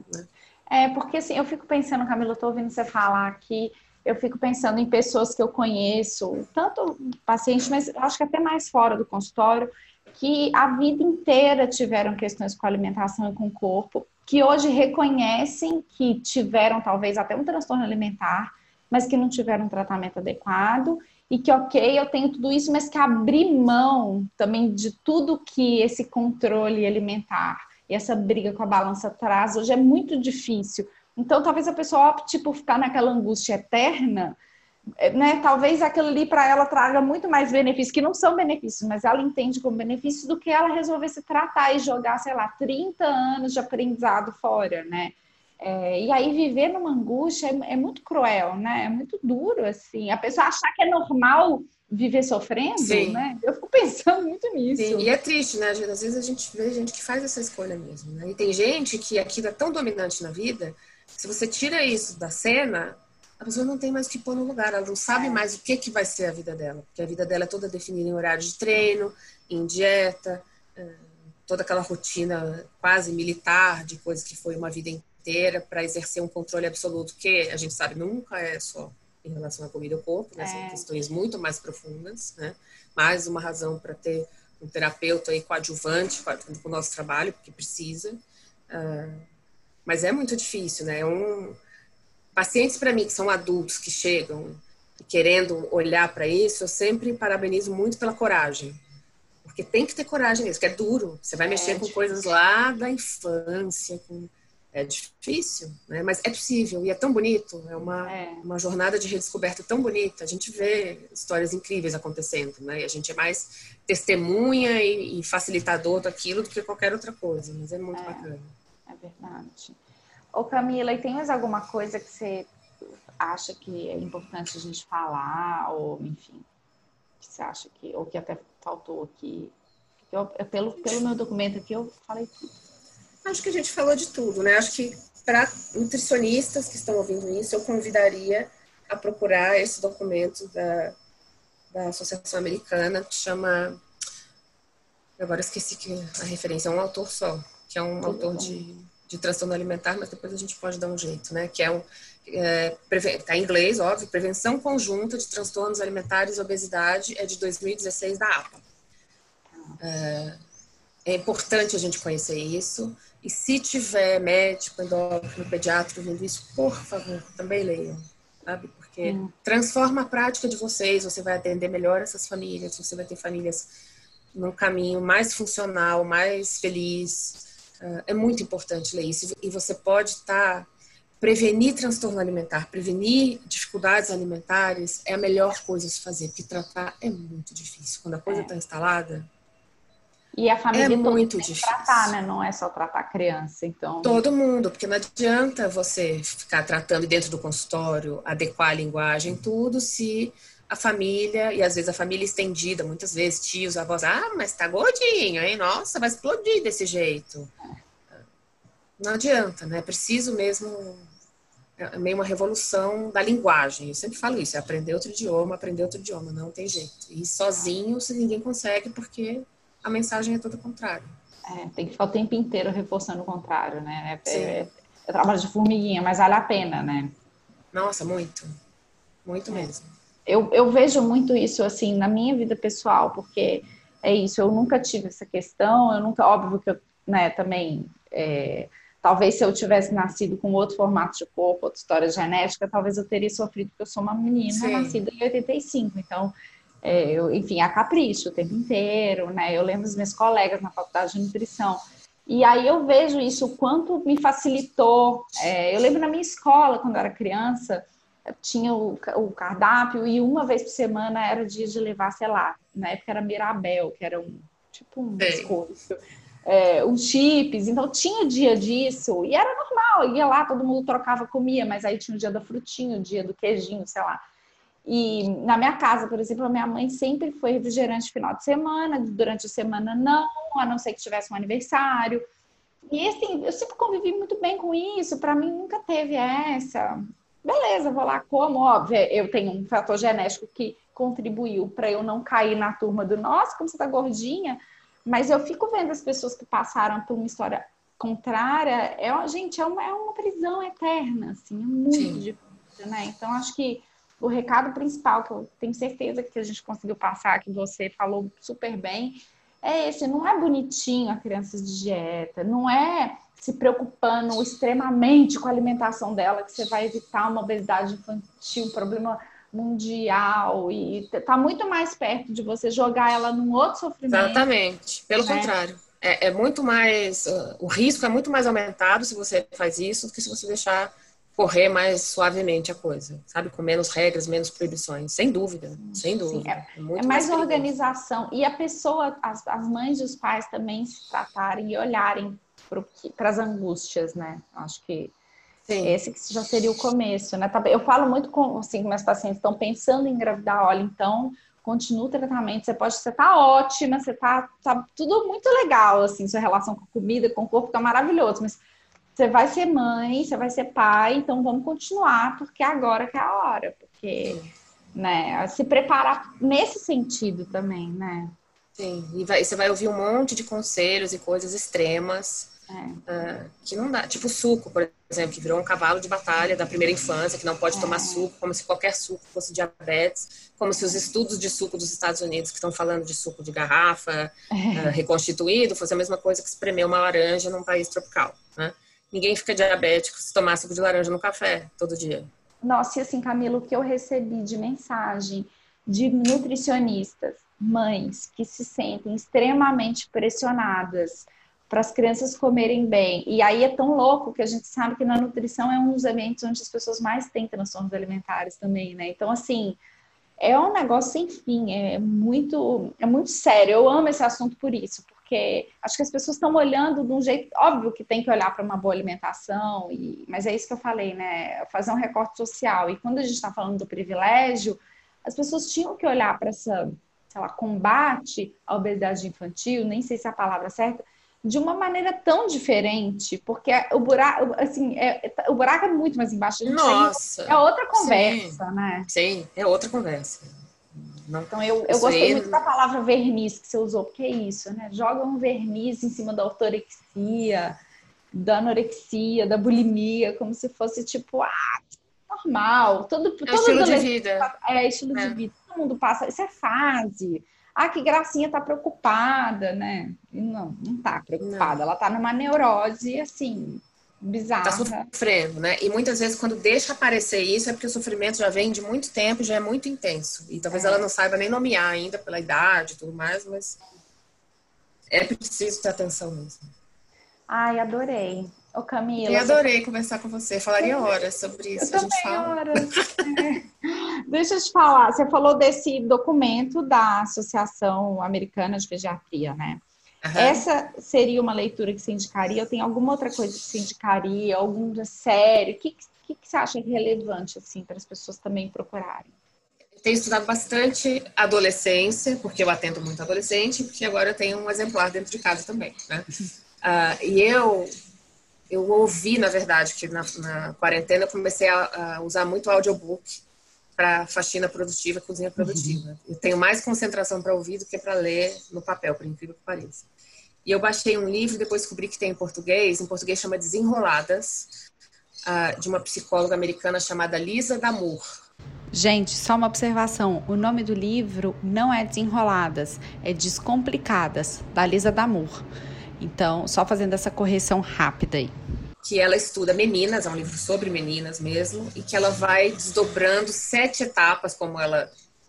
Né? Porque assim, eu fico pensando, Camila, eu tô ouvindo você falar aqui, eu fico pensando em pessoas que eu conheço, tanto pacientes, mas acho que até mais fora do consultório, que a vida inteira tiveram questões com a alimentação e com o corpo, que hoje reconhecem que tiveram talvez até um transtorno alimentar, mas que não tiveram um tratamento adequado, e que, ok, eu tenho tudo isso, mas que abrir mão também de tudo que esse controle alimentar e essa briga com a balança traz, hoje é muito difícil. Então, talvez a pessoa opte por ficar naquela angústia eterna, né? Talvez aquilo ali para ela traga muito mais benefícios, que não são benefícios, mas ela entende como benefício, do que ela resolver se tratar e jogar, sei lá, 30 anos de aprendizado fora, né? E aí viver numa angústia é muito cruel, né? É muito duro, assim. A pessoa achar que é normal viver sofrendo, Sim. Né? Eu fico pensando muito nisso. Sim, e é triste, né? Às vezes a gente vê gente que faz essa escolha mesmo, né? E tem gente que aquilo é tão dominante na vida, se você tira isso da cena, a pessoa não tem mais o que pôr no lugar, ela não sabe mais o que vai ser a vida dela, porque a vida dela é toda definida em horário de treino, em dieta, toda aquela rotina quase militar de coisas que foi uma vida inteira para exercer um controle absoluto, que a gente sabe nunca é só em relação à comida e ao corpo, né? São questões muito mais profundas, né? Mais uma razão para ter um terapeuta aí coadjuvante com o nosso trabalho, porque precisa. Mas é muito difícil, né? Pacientes para mim que são adultos, que chegam querendo olhar para isso, eu sempre parabenizo muito pela coragem. Porque tem que ter coragem nisso, que é duro. Você vai mexer com coisas lá da infância, é difícil, né? Mas é possível e é tão bonito. É uma jornada de redescoberta tão bonita. A gente vê histórias incríveis acontecendo, né? E a gente é mais testemunha e facilitador daquilo do que qualquer outra coisa. Mas é muito bacana. É verdade. Ô Camila, e tem mais alguma coisa que você acha que é importante a gente falar? Ou, enfim, que você acha que... Ou que até faltou aqui? Pelo meu documento aqui, eu falei tudo. Acho que a gente falou de tudo, né? Acho que para nutricionistas que estão ouvindo isso, eu convidaria a procurar esse documento da Associação Americana, que chama... Agora esqueci a referência, é um autor só, que é um autor de transtorno alimentar, mas depois a gente pode dar um jeito, né? Que tá em inglês, óbvio, Prevenção Conjunta de Transtornos Alimentares e Obesidade, é de 2016 da APA. É importante a gente conhecer isso. E se tiver médico, endócrino, pediatra vendo isso, por favor, também leiam, sabe? Porque transforma a prática de vocês, você vai atender melhor essas famílias, você vai ter famílias num caminho mais funcional, mais feliz. É muito importante ler isso. E você pode prevenir transtorno alimentar, prevenir dificuldades alimentares, é a melhor coisa a se fazer, porque tratar é muito difícil. Quando a coisa está instalada, e a família muito tem difícil. Que tratar, né? Não é só tratar a criança, então... Todo mundo, porque não adianta você ficar tratando dentro do consultório, adequar a linguagem, tudo, se a família, e às vezes a família estendida, muitas vezes, tios, avós, mas tá gordinho, hein? Nossa, vai explodir desse jeito. Não adianta, né? É preciso mesmo, é meio uma revolução da linguagem. Eu sempre falo isso, é aprender outro idioma, não tem jeito. E sozinho, ninguém consegue, porque a mensagem é toda contrária. Tem que ficar o tempo inteiro reforçando o contrário, né? É trabalho de formiguinha, mas vale a pena, né? Nossa, muito. Muito mesmo. Eu vejo muito isso, assim, na minha vida pessoal, porque é isso, eu nunca tive essa questão, óbvio que eu, né, também, talvez se eu tivesse nascido com outro formato de corpo, outra história genética, talvez eu teria sofrido, porque eu sou uma menina nascida em 85, então Enfim, a capricho o tempo inteiro, né? Eu lembro dos meus colegas na faculdade de nutrição. E aí eu vejo isso, o quanto me facilitou. Eu lembro na minha escola, quando eu era criança, tinha o cardápio e uma vez por semana era o dia de levar, sei lá, na época era Mirabel, que era um biscoito, uns chips, então tinha o dia disso e era normal, ia lá, todo mundo trocava, comia, mas aí tinha o dia da frutinha, o dia do queijinho, sei lá. E na minha casa, por exemplo, a minha mãe sempre foi refrigerante no final de semana, durante a semana não, a não ser que tivesse um aniversário. E assim, eu sempre convivi muito bem com isso, para mim nunca teve essa. Beleza, vou lá, como, óbvio, eu tenho um fator genético que contribuiu para eu não cair na turma do nossa, como você tá gordinha, mas eu fico vendo as pessoas que passaram por uma história contrária, gente, é uma prisão eterna, assim, é muito difícil, né? Então, acho que o recado principal, que eu tenho certeza que a gente conseguiu passar, que você falou super bem, é esse, não é bonitinho a criança de dieta, não é se preocupando extremamente com a alimentação dela, que você vai evitar uma obesidade infantil, um problema mundial, e tá muito mais perto de você jogar ela num outro sofrimento. Exatamente, pelo contrário. É muito mais, o risco é muito mais aumentado se você faz isso do que se você deixar correr mais suavemente a coisa, sabe? Com menos regras, menos proibições, sem dúvida, sem dúvida. Sim, é mais organização. E a pessoa, as mães e os pais também se tratarem e olharem para as angústias, né? Acho que esse que já seria o começo, né? Eu falo muito com, assim, meus pacientes estão pensando em engravidar, olha, então continua o tratamento, você tá ótima, você tá tudo muito legal, assim, sua relação com a comida, com o corpo tá maravilhoso, mas você vai ser mãe, você vai ser pai, então vamos continuar, porque agora que é a hora, porque, né, se preparar nesse sentido também, né? Sim, e você vai ouvir um monte de conselhos e coisas extremas que não dá. Tipo suco, por exemplo, que virou um cavalo de batalha da primeira infância, que não pode tomar suco, como se qualquer suco fosse diabetes, como se os estudos de suco dos Estados Unidos, que estão falando de suco de garrafa reconstituído, fosse a mesma coisa que espremer uma laranja num país tropical, né? Ninguém fica diabético se tomar suco de laranja no café todo dia. Nossa, e assim, Camila, o que eu recebi de mensagem de nutricionistas, mães que se sentem extremamente pressionadas para as crianças comerem bem. E aí é tão louco que a gente sabe que na nutrição é um dos ambientes onde as pessoas mais têm transtornos alimentares também, né? Então, assim, é um negócio sem fim, é muito sério. Eu amo esse assunto por isso, porque acho que as pessoas estão olhando de um jeito, óbvio que tem que olhar para uma boa alimentação, mas é isso que eu falei, né? Fazer um recorte social. E quando a gente está falando do privilégio, as pessoas tinham que olhar para essa, sei lá, combate à obesidade infantil, nem sei se é a palavra certa, de uma maneira tão diferente, porque o buraco, assim, o buraco é muito mais embaixo. Nossa! É outra conversa, sim, né? Sim, é outra conversa. Não, então, eu gostei muito da palavra verniz que você usou, porque é isso, né? Joga um verniz em cima da ortorexia, da anorexia, da bulimia, como se fosse, tipo, normal. Todo estilo de vida. Estilo de vida. Todo mundo passa, isso é fase. Que gracinha, tá preocupada, né? Não tá preocupada. Não. Ela tá numa neurose, assim, bizarra. Tá sofrendo, né? E muitas vezes quando deixa aparecer isso é porque o sofrimento já vem de muito tempo, já é muito intenso. E talvez ela não saiba nem nomear ainda pela idade e tudo mais, mas é preciso ter atenção mesmo. Ai, adorei. Ô, Camila. Eu adorei conversar com você. Falaria horas sobre isso. Eu a gente fala. Horas. Deixa eu te falar. Você falou desse documento da Associação Americana de Pediatria, né? Uhum. Essa seria uma leitura que você indicaria? Ou tem alguma outra coisa que você indicaria? Alguma série? O que você acha relevante, assim, para as pessoas também procurarem? Eu tenho estudado bastante adolescência, porque eu atendo muito adolescente, porque agora eu tenho um exemplar dentro de casa também, né? E eu ouvi, na verdade, que na quarentena eu comecei a usar muito audiobook para faxina produtiva, cozinha produtiva. Eu tenho mais concentração para ouvir do que para ler no papel, por incrível que pareça. E eu baixei um livro, depois descobri que tem em português chama Desenroladas, de uma psicóloga americana chamada Lisa Damour. Gente, só uma observação, o nome do livro não é Desenroladas, é Descomplicadas, da Lisa Damour. Então, só fazendo essa correção rápida aí. Que ela estuda meninas, é um livro sobre meninas mesmo, e que ela vai desdobrando 7 etapas, como ela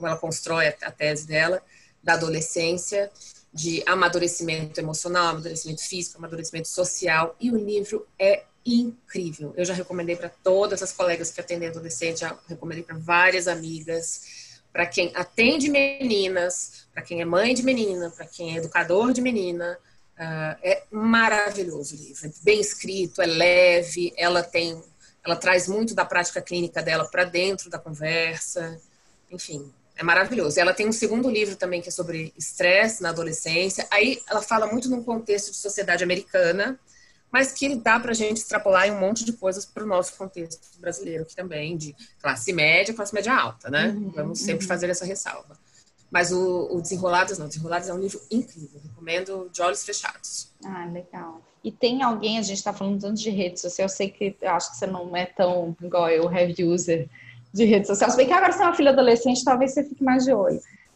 como ela constrói a tese dela, da adolescência, de amadurecimento emocional, amadurecimento físico, amadurecimento social, e o livro é incrível. Eu já recomendei para todas as colegas que atendem adolescente, já recomendei para várias amigas, para quem atende meninas, para quem é mãe de menina, para quem é educador de menina. É maravilhoso o livro, é bem escrito, é leve, ela traz muito da prática clínica dela para dentro da conversa, enfim, é maravilhoso. Ela tem um segundo livro também que é sobre estresse na adolescência. Aí ela fala muito num contexto de sociedade americana, mas que dá para a gente extrapolar em um monte de coisas para o nosso contexto brasileiro aqui também, de classe média alta, né? Vamos sempre fazer essa ressalva. Mas o Desenroladas não. Desenroladas é um livro incrível. Recomendo de olhos fechados. Ah, legal. E tem alguém, a gente está falando tanto de redes sociais, eu sei que eu acho que você não é tão igual eu, heavy user de redes sociais. Se bem que agora você é uma filha adolescente, talvez você fique mais de olho.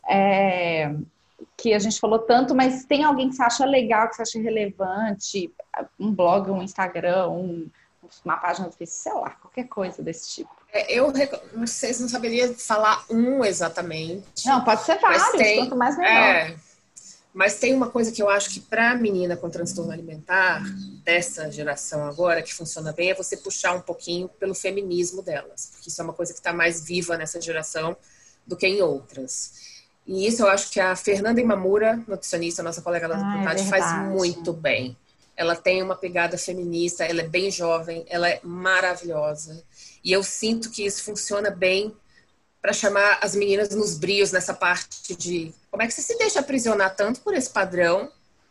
Que a gente falou tanto, mas tem alguém que você acha legal, que você acha relevante? Um blog, um Instagram, uma página do Facebook, sei lá, qualquer coisa desse tipo. Eu não sei se não saberia falar um exatamente. Não, pode ser vários, quanto mais melhor. Mas tem uma coisa que eu acho que para a menina com transtorno alimentar, dessa geração agora, que funciona bem, é você puxar um pouquinho pelo feminismo delas. Porque isso é uma coisa que está mais viva nessa geração do que em outras. E isso eu acho que a Fernanda Imamura, nutricionista, nossa colega lá do Protade, faz muito bem. Ela tem uma pegada feminista, ela é bem jovem, ela é maravilhosa. E eu sinto que isso funciona bem para chamar as meninas nos brios nessa parte de como é que você se deixa aprisionar tanto por esse padrão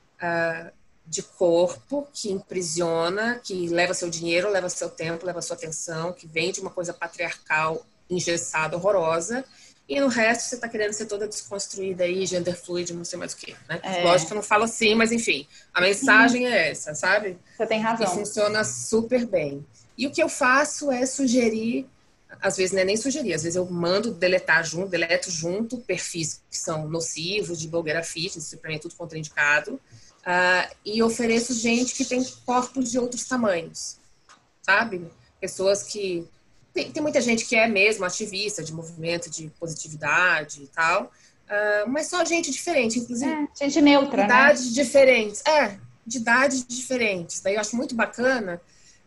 de corpo que aprisiona, que leva seu dinheiro, leva seu tempo, leva sua atenção, que vem de uma coisa patriarcal, engessada, horrorosa, e no resto você está querendo ser toda desconstruída aí, gender fluid, não sei mais o quê, né? Lógico que eu não falo assim, mas enfim, a mensagem é essa, sabe? Você tem razão. E funciona super bem. E o que eu faço é sugerir, às vezes não é nem sugerir, às vezes eu mando deleto junto perfis que são nocivos, de blogueira fitness, isso para mim é tudo contraindicado, e ofereço gente que tem corpos de outros tamanhos, sabe? Pessoas que... Tem muita gente que é mesmo ativista de movimento de positividade e tal, mas só gente diferente, inclusive. Gente neutra, idades né? diferentes. De idades diferentes. Daí eu acho muito bacana.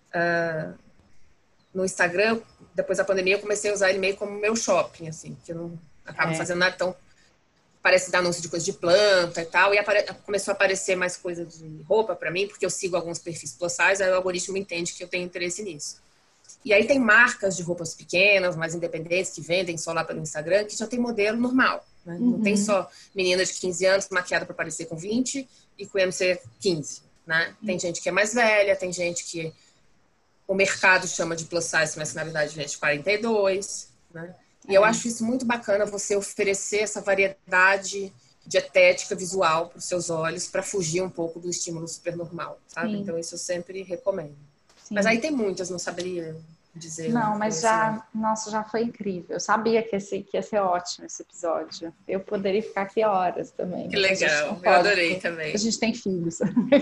No Instagram, depois da pandemia, eu comecei a usar ele meio como meu shopping, assim, que eu não acabo fazendo nada tão... Parece dar anúncio de coisa de planta e tal, e começou a aparecer mais coisa de roupa pra mim, porque eu sigo alguns perfis plus size, aí o algoritmo entende que eu tenho interesse nisso. E aí tem marcas de roupas pequenas, mais independentes, que vendem só lá pelo Instagram, que já tem modelo normal, né? Não tem só menina de 15 anos maquiada para parecer com 20 e com MC 15, né? Tem gente que é mais velha, tem gente que o mercado chama de plus size, mas na verdade gente de 42, né? E eu acho isso muito bacana, você oferecer essa variedade de estética visual para os seus olhos, para fugir um pouco do estímulo supernormal, sabe? Sim. Então isso eu sempre recomendo. Sim. Mas aí tem muitas, não saberia dizer. Não, mas já foi incrível. Eu sabia que ia ser ótimo esse episódio. Eu poderia ficar aqui horas também. Que legal, eu adorei também. A gente tem filhos.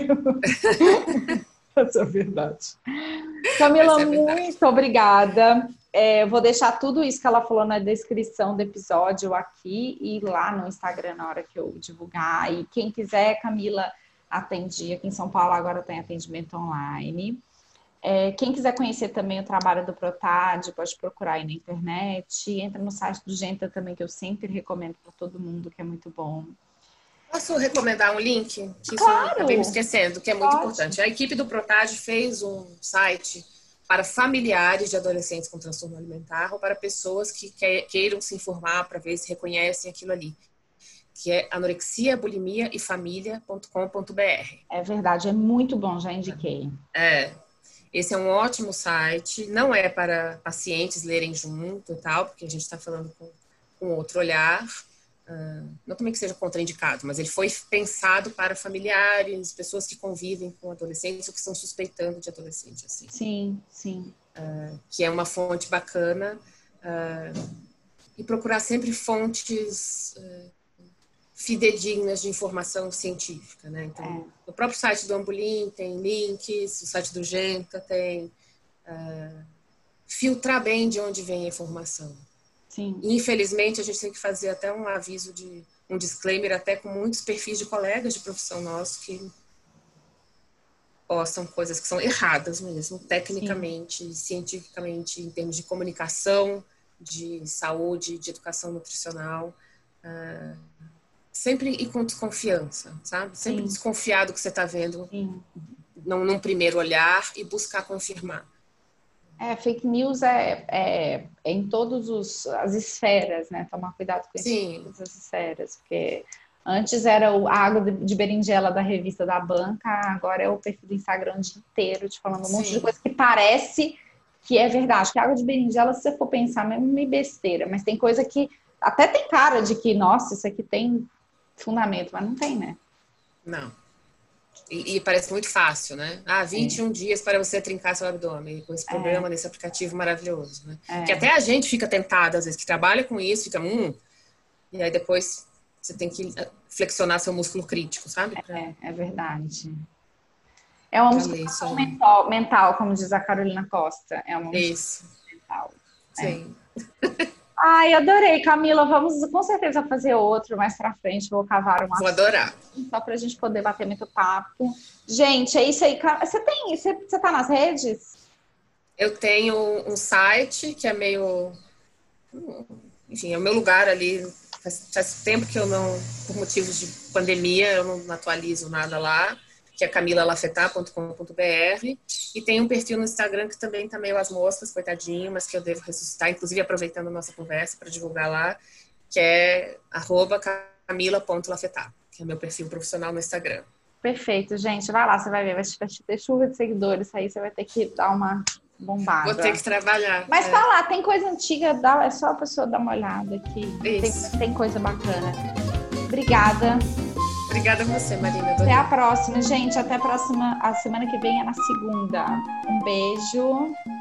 Essa é a verdade. Camila, muito obrigada. Eu vou deixar tudo isso que ela falou na descrição do episódio aqui e lá no Instagram na hora que eu divulgar. E quem quiser, Camila atende aqui em São Paulo, agora tem atendimento online. Quem quiser conhecer também o trabalho do Protade, pode procurar aí na internet. Entra no site do Genta também, que eu sempre recomendo para todo mundo, que é muito bom. Posso recomendar um link? Que claro! Isso eu acabei me esquecendo, que é muito importante. A equipe do Protade fez um site para familiares de adolescentes com transtorno alimentar ou para pessoas que queiram se informar para ver se reconhecem aquilo ali, que é anorexia, bulimia e família.com.br. É verdade, é muito bom, já indiquei. Esse é um ótimo site, não é para pacientes lerem junto e tal, porque a gente está falando com outro olhar, não também que seja contraindicado, mas ele foi pensado para familiares, pessoas que convivem com adolescentes ou que estão suspeitando de adolescente. Assim. Sim, sim. Que é uma fonte bacana, e procurar sempre fontes fidedignas de informação científica, né? Então, no próprio site do Ambulim tem links, o site do Genta tem... filtrar bem de onde vem a informação. Sim. Infelizmente, a gente tem que fazer até um aviso um disclaimer até com muitos perfis de colegas de profissão nossos que postam coisas que são erradas mesmo, tecnicamente, Sim. cientificamente, em termos de comunicação, de saúde, de educação nutricional. Sempre ir com desconfiança, sabe? Sempre Sim. desconfiado do que você está vendo num primeiro olhar e buscar confirmar. Fake news é em todas as esferas, né? Tomar cuidado com isso em todas as esferas, porque antes era a água de berinjela da revista da banca, agora é o perfil do Instagram o dia inteiro, te falando um monte de coisa que parece que é verdade. Que a água de berinjela, se você for pensar, mesmo meio besteira, mas tem coisa que até tem cara de que, nossa, isso aqui tem fundamento, mas não tem, né? Não. E parece muito fácil, né? 21 dias para você trincar seu abdômen com esse programa, nesse aplicativo maravilhoso, né? Que até a gente fica tentada, às vezes, que trabalha com isso, fica... E aí depois você tem que flexionar seu músculo crítico, sabe? É verdade. É uma musculação mental, como diz a Carolina Costa. É uma musculação mental. Sim. Ai, adorei, Camila. Vamos com certeza fazer outro mais pra frente. Vou cavar uma. Vou adorar. Só pra gente poder bater muito papo. Gente, é isso aí. Você tá nas redes? Eu tenho um site que é meio... Enfim, é o meu lugar ali. Faz tempo que eu não, por motivos de pandemia, eu não atualizo nada lá, que é camilalafetar.com.br, e tem um perfil no Instagram que também tá meio às moscas, coitadinho, mas que eu devo ressuscitar, inclusive aproveitando a nossa conversa para divulgar lá, que é @camila.lafetar, que é meu perfil profissional no Instagram. Perfeito, gente. Vai lá, você vai ver, vai ter chuva de seguidores, aí você vai ter que dar uma bombada. Vou ter que trabalhar. Mas tá lá, tem coisa antiga, é só a pessoa dar uma olhada aqui. Tem coisa bacana. Obrigada. Obrigada a você, Marina. Até a próxima, gente. Até a próxima. A semana que vem é na segunda. Um beijo.